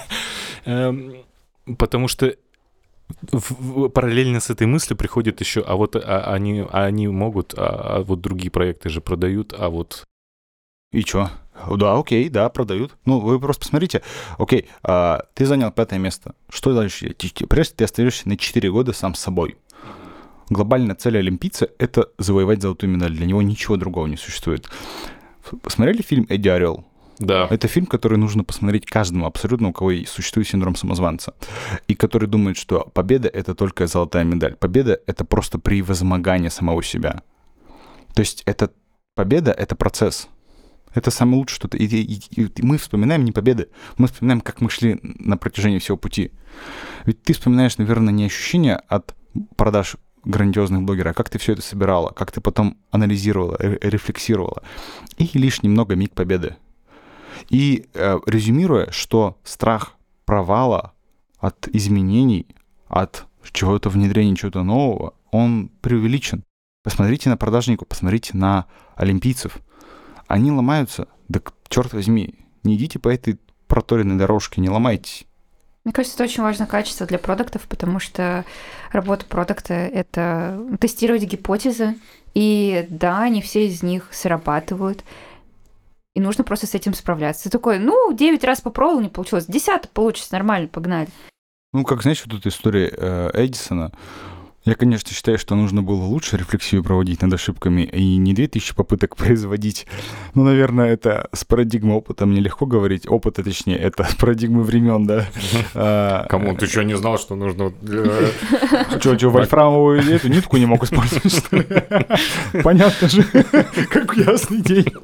Потому что параллельно с этой мыслью приходит еще, они могут, вот другие проекты же продают, а вот... И чё? Да, окей, да, продают. Ну, вы просто посмотрите. Окей, ты занял 5 место. Что дальше? Прежде ты остаешься на 4 года сам с собой. Глобальная цель олимпийца — это завоевать золотую медаль. Для него ничего другого не существует. Посмотрели фильм «Эдди Орел»? Да. Это фильм, который нужно посмотреть каждому абсолютно, у кого существует синдром самозванца. И который думает, что победа — это только золотая медаль. Победа — это просто превозмогание самого себя. То есть победа — это процесс. Это самое лучшее что-то. И мы вспоминаем не победы, мы вспоминаем, как мы шли на протяжении всего пути. Ведь ты вспоминаешь, наверное, не ощущения от продаж грандиозных блогеров, а как ты все это собирала, как ты потом анализировала, рефлексировала. И лишь немного миг победы. И резюмируя, что страх провала от изменений, от чего-то внедрения, чего-то нового, он преувеличен. Посмотрите на продажников, посмотрите на олимпийцев. Они ломаются. Да черт возьми, не идите по этой проторенной дорожке, не ломайтесь. Мне кажется, это очень важное качество для продуктов, потому что работа продукта — это тестировать гипотезы. И да, не все из них срабатывают. И нужно просто с этим справляться. Ты такой, 9 раз попробовал, не получилось. 10 получится, нормально, погнали. Ну, как, знаешь, вот эта история Эдисона. Я, конечно, считаю, что нужно было лучше рефлексию проводить над ошибками и не 2000 попыток производить. Ну, наверное, это с парадигмы опыта. Мне легко говорить. Опыта, точнее, это с парадигмы времен, да. Кому? Ты что, не знал, что нужно... Что, вольфрамовую эту нитку не мог использовать, что ли? Понятно же. Как ясный день.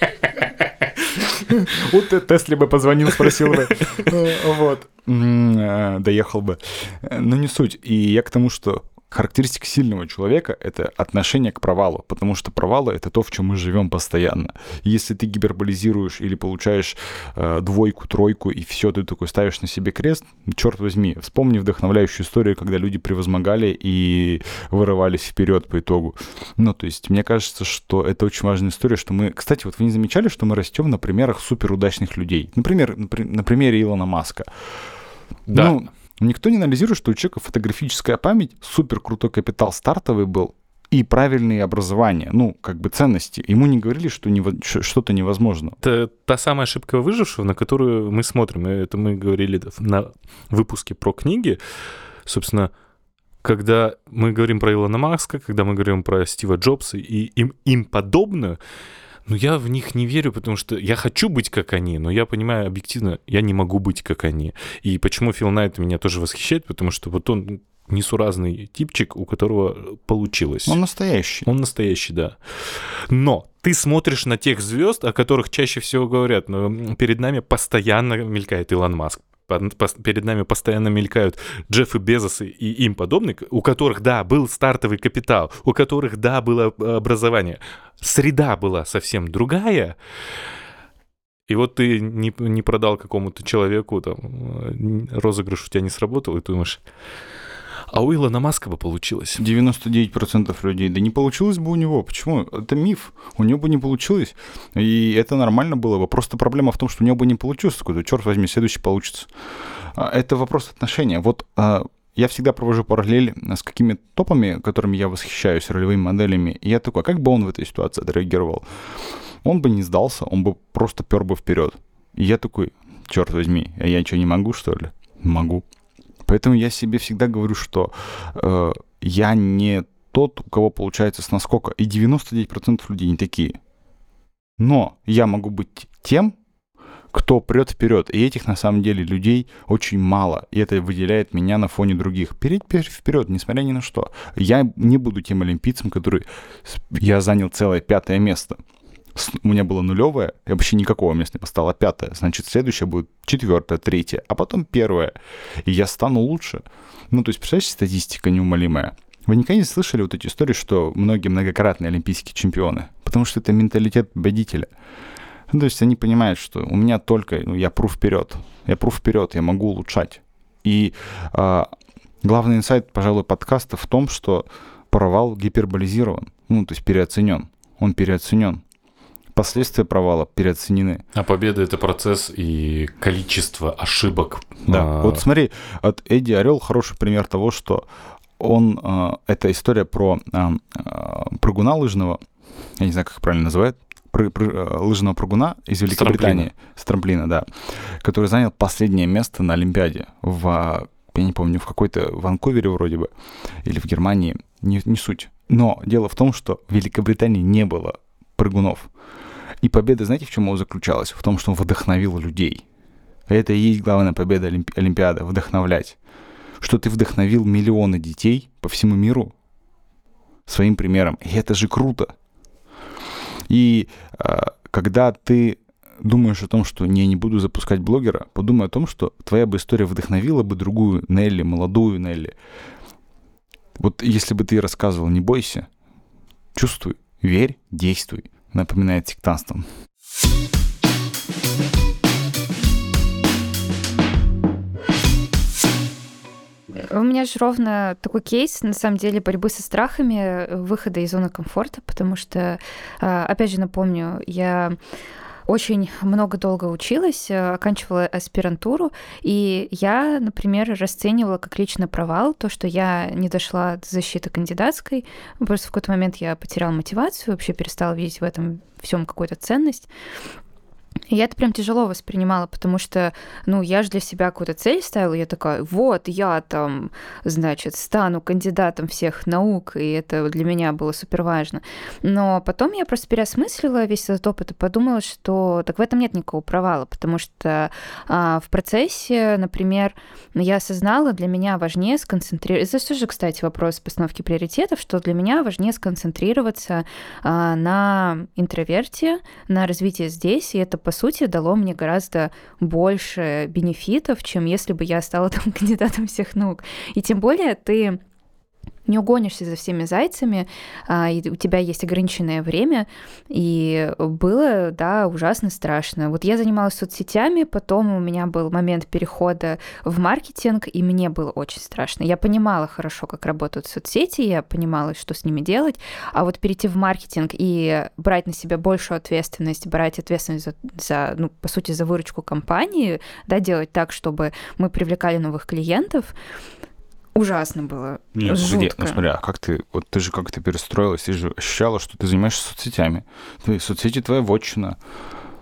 Вот Тесле бы позвонил, спросил бы. Вот. Доехал бы. Но не суть. И я к тому, что характеристика сильного человека — это отношение к провалу, потому что провалы — это то, в чем мы живем постоянно. И если ты гиперболизируешь или получаешь 2, 3, и все, ты такой ставишь на себе крест, черт возьми, вспомни вдохновляющую историю, когда люди превозмогали и вырывались вперед по итогу. Ну, то есть, мне кажется, что это очень важная история, что мы... Кстати, вот вы не замечали, что мы растем на примерах суперудачных людей? Например, на примере Илона Маска. Да. Ну, никто не анализирует, что у человека фотографическая память, супер крутой капитал стартовый был и правильные образования, ценности. Ему не говорили, что что-то невозможно. Это та самая ошибка выжившего, на которую мы смотрим. Это мы говорили на выпуске про книги. Собственно, когда мы говорим про Илона Маска, когда мы говорим про Стива Джобса и им подобное, я в них не верю, потому что я хочу быть как они, но я понимаю объективно, я не могу быть как они. И почему Фил Найт меня тоже восхищает, потому что вот он несуразный типчик, у которого получилось. Он настоящий. Он настоящий, да. Но ты смотришь на тех звезд, о которых чаще всего говорят, но перед нами постоянно мелькает Илон Маск, перед нами постоянно мелькают Джеффы Безосы и им подобные, у которых, да, был стартовый капитал, у которых, да, было образование. Среда была совсем другая. И вот ты не продал какому-то человеку, там, розыгрыш у тебя не сработал, и ты думаешь, а у Илона Маска бы получилось. 99% людей. Да не получилось бы у него. Почему? Это миф. У него бы не получилось. И это нормально было бы. Просто проблема в том, что у него бы не получилось. Такой, черт возьми, следующий получится. Это вопрос отношения. Вот я всегда провожу параллель с какими-то топами, которыми я восхищаюсь, ролевыми моделями. И я такой, а как бы он в этой ситуации отреагировал? Он бы не сдался, он бы просто пёр бы вперед. И я такой, черт возьми, а я что, не могу, что ли? Могу. Поэтому я себе всегда говорю, что я не тот, у кого получается с наскока. И 99% людей не такие. Но я могу быть тем, кто прет вперед. И этих, на самом деле, людей очень мало. И это выделяет меня на фоне других. Вперед, несмотря ни на что. Я не буду тем олимпийцем, который... Я занял целое 5-е место. У меня было 0, я вообще никакого места не поставила 5, значит, следующее будет 4, 3, а потом 1. И я стану лучше. Ну, то есть, представляете, статистика неумолимая. Вы никогда не слышали вот эти истории, что многие многократные олимпийские чемпионы? Потому что это менталитет победителя. Ну, то есть, они понимают, что у меня только, я пру вперед, я могу улучшать. И главный инсайт, пожалуй, подкаста в том, что провал гиперболизирован, ну, то есть переоценен. Он переоценен. Последствия провала переоценены. А победа — это процесс и количество ошибок. Да, вот смотри, от Эдди Орел хороший пример того, что он... это история про прыгуна лыжного, я не знаю, как их правильно называют, лыжного прыгуна из Великобритании, с трамплина, да, который занял последнее место на Олимпиаде я не помню, в какой-то Ванкувере вроде бы, или в Германии, не суть. Но дело в том, что в Великобритании не было прыгунов. И победа, знаете, в чем его заключалась? В том, что он вдохновил людей. Это и есть главная победа Олимпиады — вдохновлять. Что ты вдохновил миллионы детей по всему миру своим примером. И это же круто. И когда ты думаешь о том, что не буду запускать блогера, подумай о том, что твоя бы история вдохновила бы другую Нелли, молодую Нелли. Вот если бы ты рассказывал, не бойся, чувствуй, верь, действуй. Напоминает сектантством. У меня же ровно такой кейс, на самом деле, борьбы со страхами, выхода из зоны комфорта, потому что, опять же, напомню, я очень долго училась, оканчивала аспирантуру, и я, например, расценивала как личный провал то, что я не дошла до защиты кандидатской. Просто в какой-то момент я потеряла мотивацию, вообще перестала видеть в этом всем какую-то ценность. И я это прям тяжело воспринимала, потому что, я же для себя какую-то цель ставила, я такая, вот, я там, значит, стану кандидатом всех наук, и это для меня было супер важно. Но потом я просто переосмыслила весь этот опыт и подумала, что так в этом нет никакого провала, потому что в процессе, например, я осознала, для меня важнее сконцентрироваться, это тоже, кстати, вопрос постановки приоритетов, что для меня важнее сконцентрироваться на интроверте, на развитии здесь, и это, по сути, дало мне гораздо больше бенефитов, чем если бы я стала там кандидатом всех наук. И тем более ты не угонишься за всеми зайцами, и у тебя есть ограниченное время, и было, да, ужасно страшно. Вот я занималась соцсетями, потом у меня был момент перехода в маркетинг, и мне было очень страшно. Я понимала хорошо, как работают соцсети, я понимала, что с ними делать, а вот перейти в маркетинг и брать на себя большую ответственность, брать ответственность за по сути, за выручку компании, да, делать так, чтобы мы привлекали новых клиентов, ужасно было. Нет, жутко. Смотри, а ты же как-то перестроилась, ты же ощущала, что ты занимаешься соцсетями. Соцсети твоя вотчина.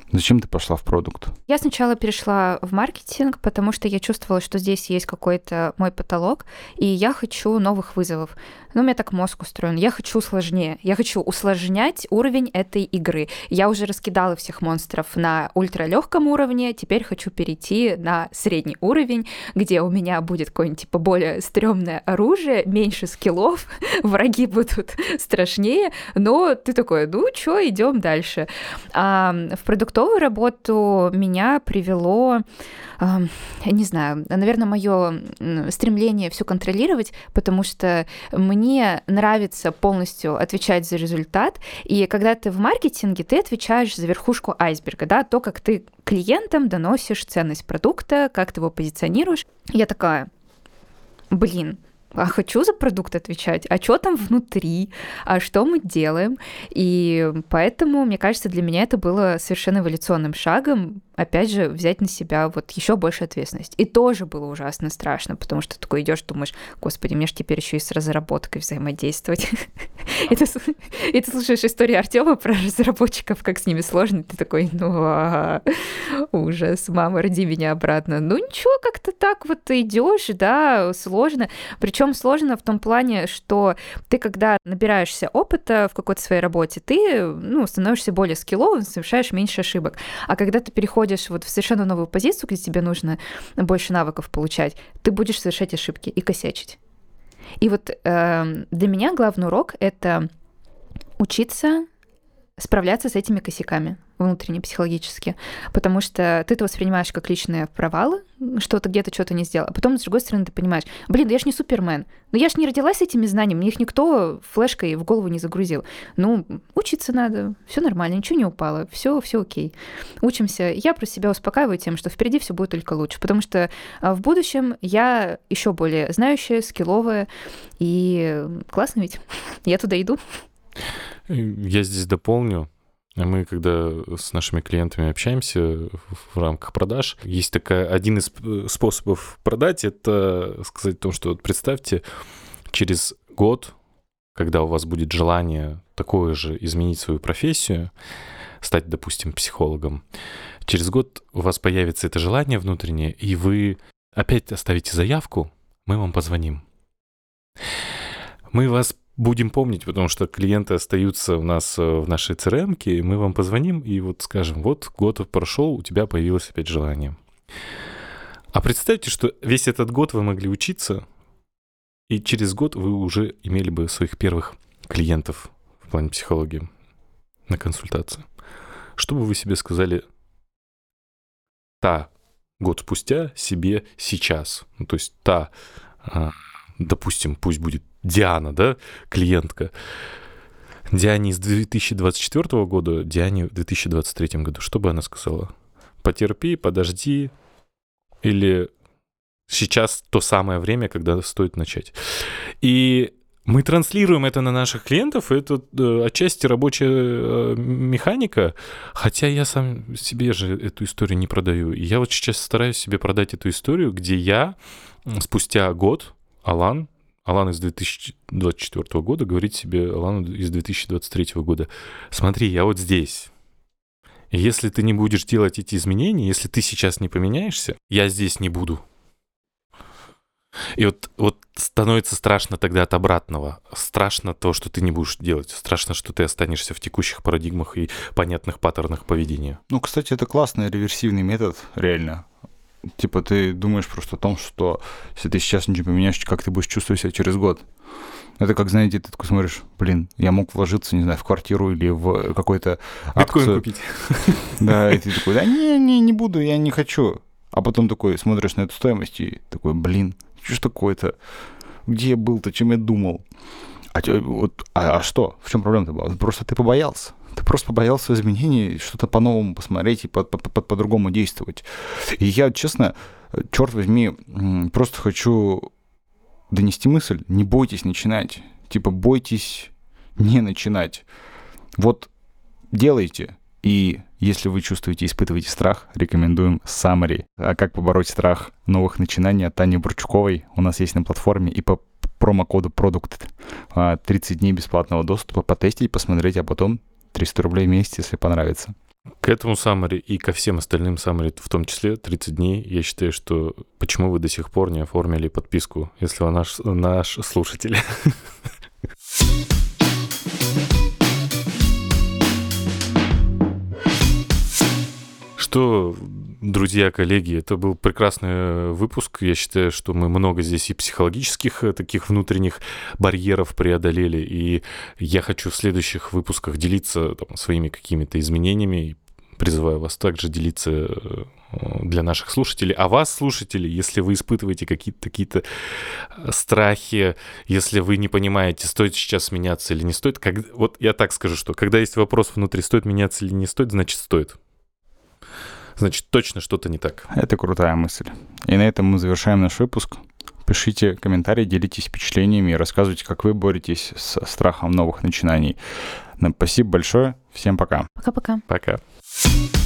Зачем ты пошла в продукт? Я сначала перешла в маркетинг, потому что я чувствовала, что здесь есть какой-то мой потолок, и я хочу новых вызовов. Ну, у меня так мозг устроен. Я хочу сложнее. Я хочу усложнять уровень этой игры. Я уже раскидала всех монстров на ультралегком уровне, теперь хочу перейти на средний уровень, где у меня будет какое-нибудь типа более стрёмное оружие, меньше скиллов, враги будут страшнее, но ты такой, ну чё, идем дальше. В продуктовую работу меня привело, не знаю, наверное, мое стремление все контролировать, потому что мне нравится полностью отвечать за результат, и когда ты в маркетинге, ты отвечаешь за верхушку айсберга, да, то, как ты клиентам доносишь ценность продукта, как ты его позиционируешь. Я такая, блин, а хочу за продукт отвечать, а что там внутри, а что мы делаем. И поэтому, мне кажется, для меня это было совершенно эволюционным шагом, опять же, взять на себя вот еще больше ответственность. И тоже было ужасно страшно, потому что ты такой идешь, думаешь, господи, мне же теперь еще и с разработкой взаимодействовать. И ты слушаешь историю Артема про разработчиков, как с ними сложно, и ты такой, ну, ужас, мама, роди меня обратно. Ну ничего, как-то так вот идешь, да, сложно. Причем сложно в том плане, что ты, когда набираешься опыта в какой-то своей работе, ты, ну, становишься более скилловым, совершаешь меньше ошибок. А когда ты переходишь вот в совершенно новую позицию, где тебе нужно больше навыков получать, ты будешь совершать ошибки и косячить. И вот для меня главный урок — это учиться справляться с этими косяками внутренне, психологически, потому что ты это воспринимаешь как личные провалы, что ты где-то что-то не сделал, а потом, с другой стороны, ты понимаешь, блин, да я ж не Супермен, ну я ж не родилась с этими знаниями, мне их никто флешкой в голову не загрузил. Ну, учиться надо, все нормально, ничего не упало, все окей. Учимся. Я про себя успокаиваю тем, что впереди все будет только лучше, потому что в будущем я еще более знающая, скилловая, и классно ведь, я туда иду. Я здесь дополню. Мы, когда с нашими клиентами общаемся в рамках продаж, есть один из способов продать — это сказать о том, что вот представьте, через год, когда у вас будет желание такое же изменить свою профессию, стать, допустим, психологом, через год у вас появится это желание внутреннее, и вы опять оставите заявку, мы вам позвоним. Мы вас будем помнить, потому что клиенты остаются у нас в нашей CRM-ке, мы вам позвоним и вот скажем, вот год прошел, у тебя появилось опять желание. А представьте, что весь этот год вы могли учиться, и через год вы уже имели бы своих первых клиентов в плане психологии на консультации. Что бы вы себе сказали год спустя себе сейчас? Ну, то есть допустим, пусть будет Диана, да, клиентка. Диане из 2024 года, Диане в 2023 году. Что бы она сказала? Потерпи, подожди. Или сейчас то самое время, когда стоит начать. И мы транслируем это на наших клиентов, и это отчасти рабочая механика, хотя я сам себе же эту историю не продаю. И я вот сейчас стараюсь себе продать эту историю, где я спустя год, Алан из 2024 года говорит себе Алану из 2023 года, смотри, я вот здесь. И если ты не будешь делать эти изменения, если ты сейчас не поменяешься, я здесь не буду. И вот становится страшно тогда от обратного. Страшно то, что ты не будешь делать. Страшно, что ты останешься в текущих парадигмах и понятных паттернах поведения. Ну, кстати, это классный реверсивный метод, реально. Типа ты думаешь просто о том, что если ты сейчас ничего не поменяешь, как ты будешь чувствовать себя через год. Это как, знаете, ты такой смотришь, блин, я мог вложиться, не знаю, в квартиру или в какой-то акцию. Биткоин купить. Да, и ты такой, да не буду, я не хочу. А потом такой смотришь на эту стоимость и такой, блин, что ж такое-то? Где я был-то, чем я думал? А что? В чем проблема-то была? Просто ты побоялся. Ты просто побоялся изменений, что-то по-новому посмотреть и по-другому действовать. И я, честно, черт возьми, просто хочу донести мысль, не бойтесь начинать. Типа, бойтесь не начинать. Вот делайте. И если вы испытываете страх, рекомендуем Summary. А как побороть страх новых начинаний от Тани Бурчуковой у нас есть на платформе. И по промокоду PRODUCT 30 дней бесплатного доступа потестить, посмотреть, а потом 300 рублей в месяц, если понравится. К этому summary и ко всем остальным summary, в том числе 30 дней, я считаю, что почему вы до сих пор не оформили подписку, если вы наш слушатель. Что, друзья, коллеги, это был прекрасный выпуск. Я считаю, что мы много здесь и психологических таких внутренних барьеров преодолели. И я хочу в следующих выпусках делиться своими какими-то изменениями. Призываю вас также делиться для наших слушателей. А вас, слушатели, если вы испытываете какие-то страхи, если вы не понимаете, стоит сейчас меняться или не стоит, вот я так скажу, что когда есть вопрос внутри, стоит меняться или не стоит, значит, стоит. Значит, точно что-то не так. Это крутая мысль. И на этом мы завершаем наш выпуск. Пишите комментарии, делитесь впечатлениями и рассказывайте, как вы боретесь с страхом новых начинаний. Спасибо большое. Всем пока. Пока-пока. Пока.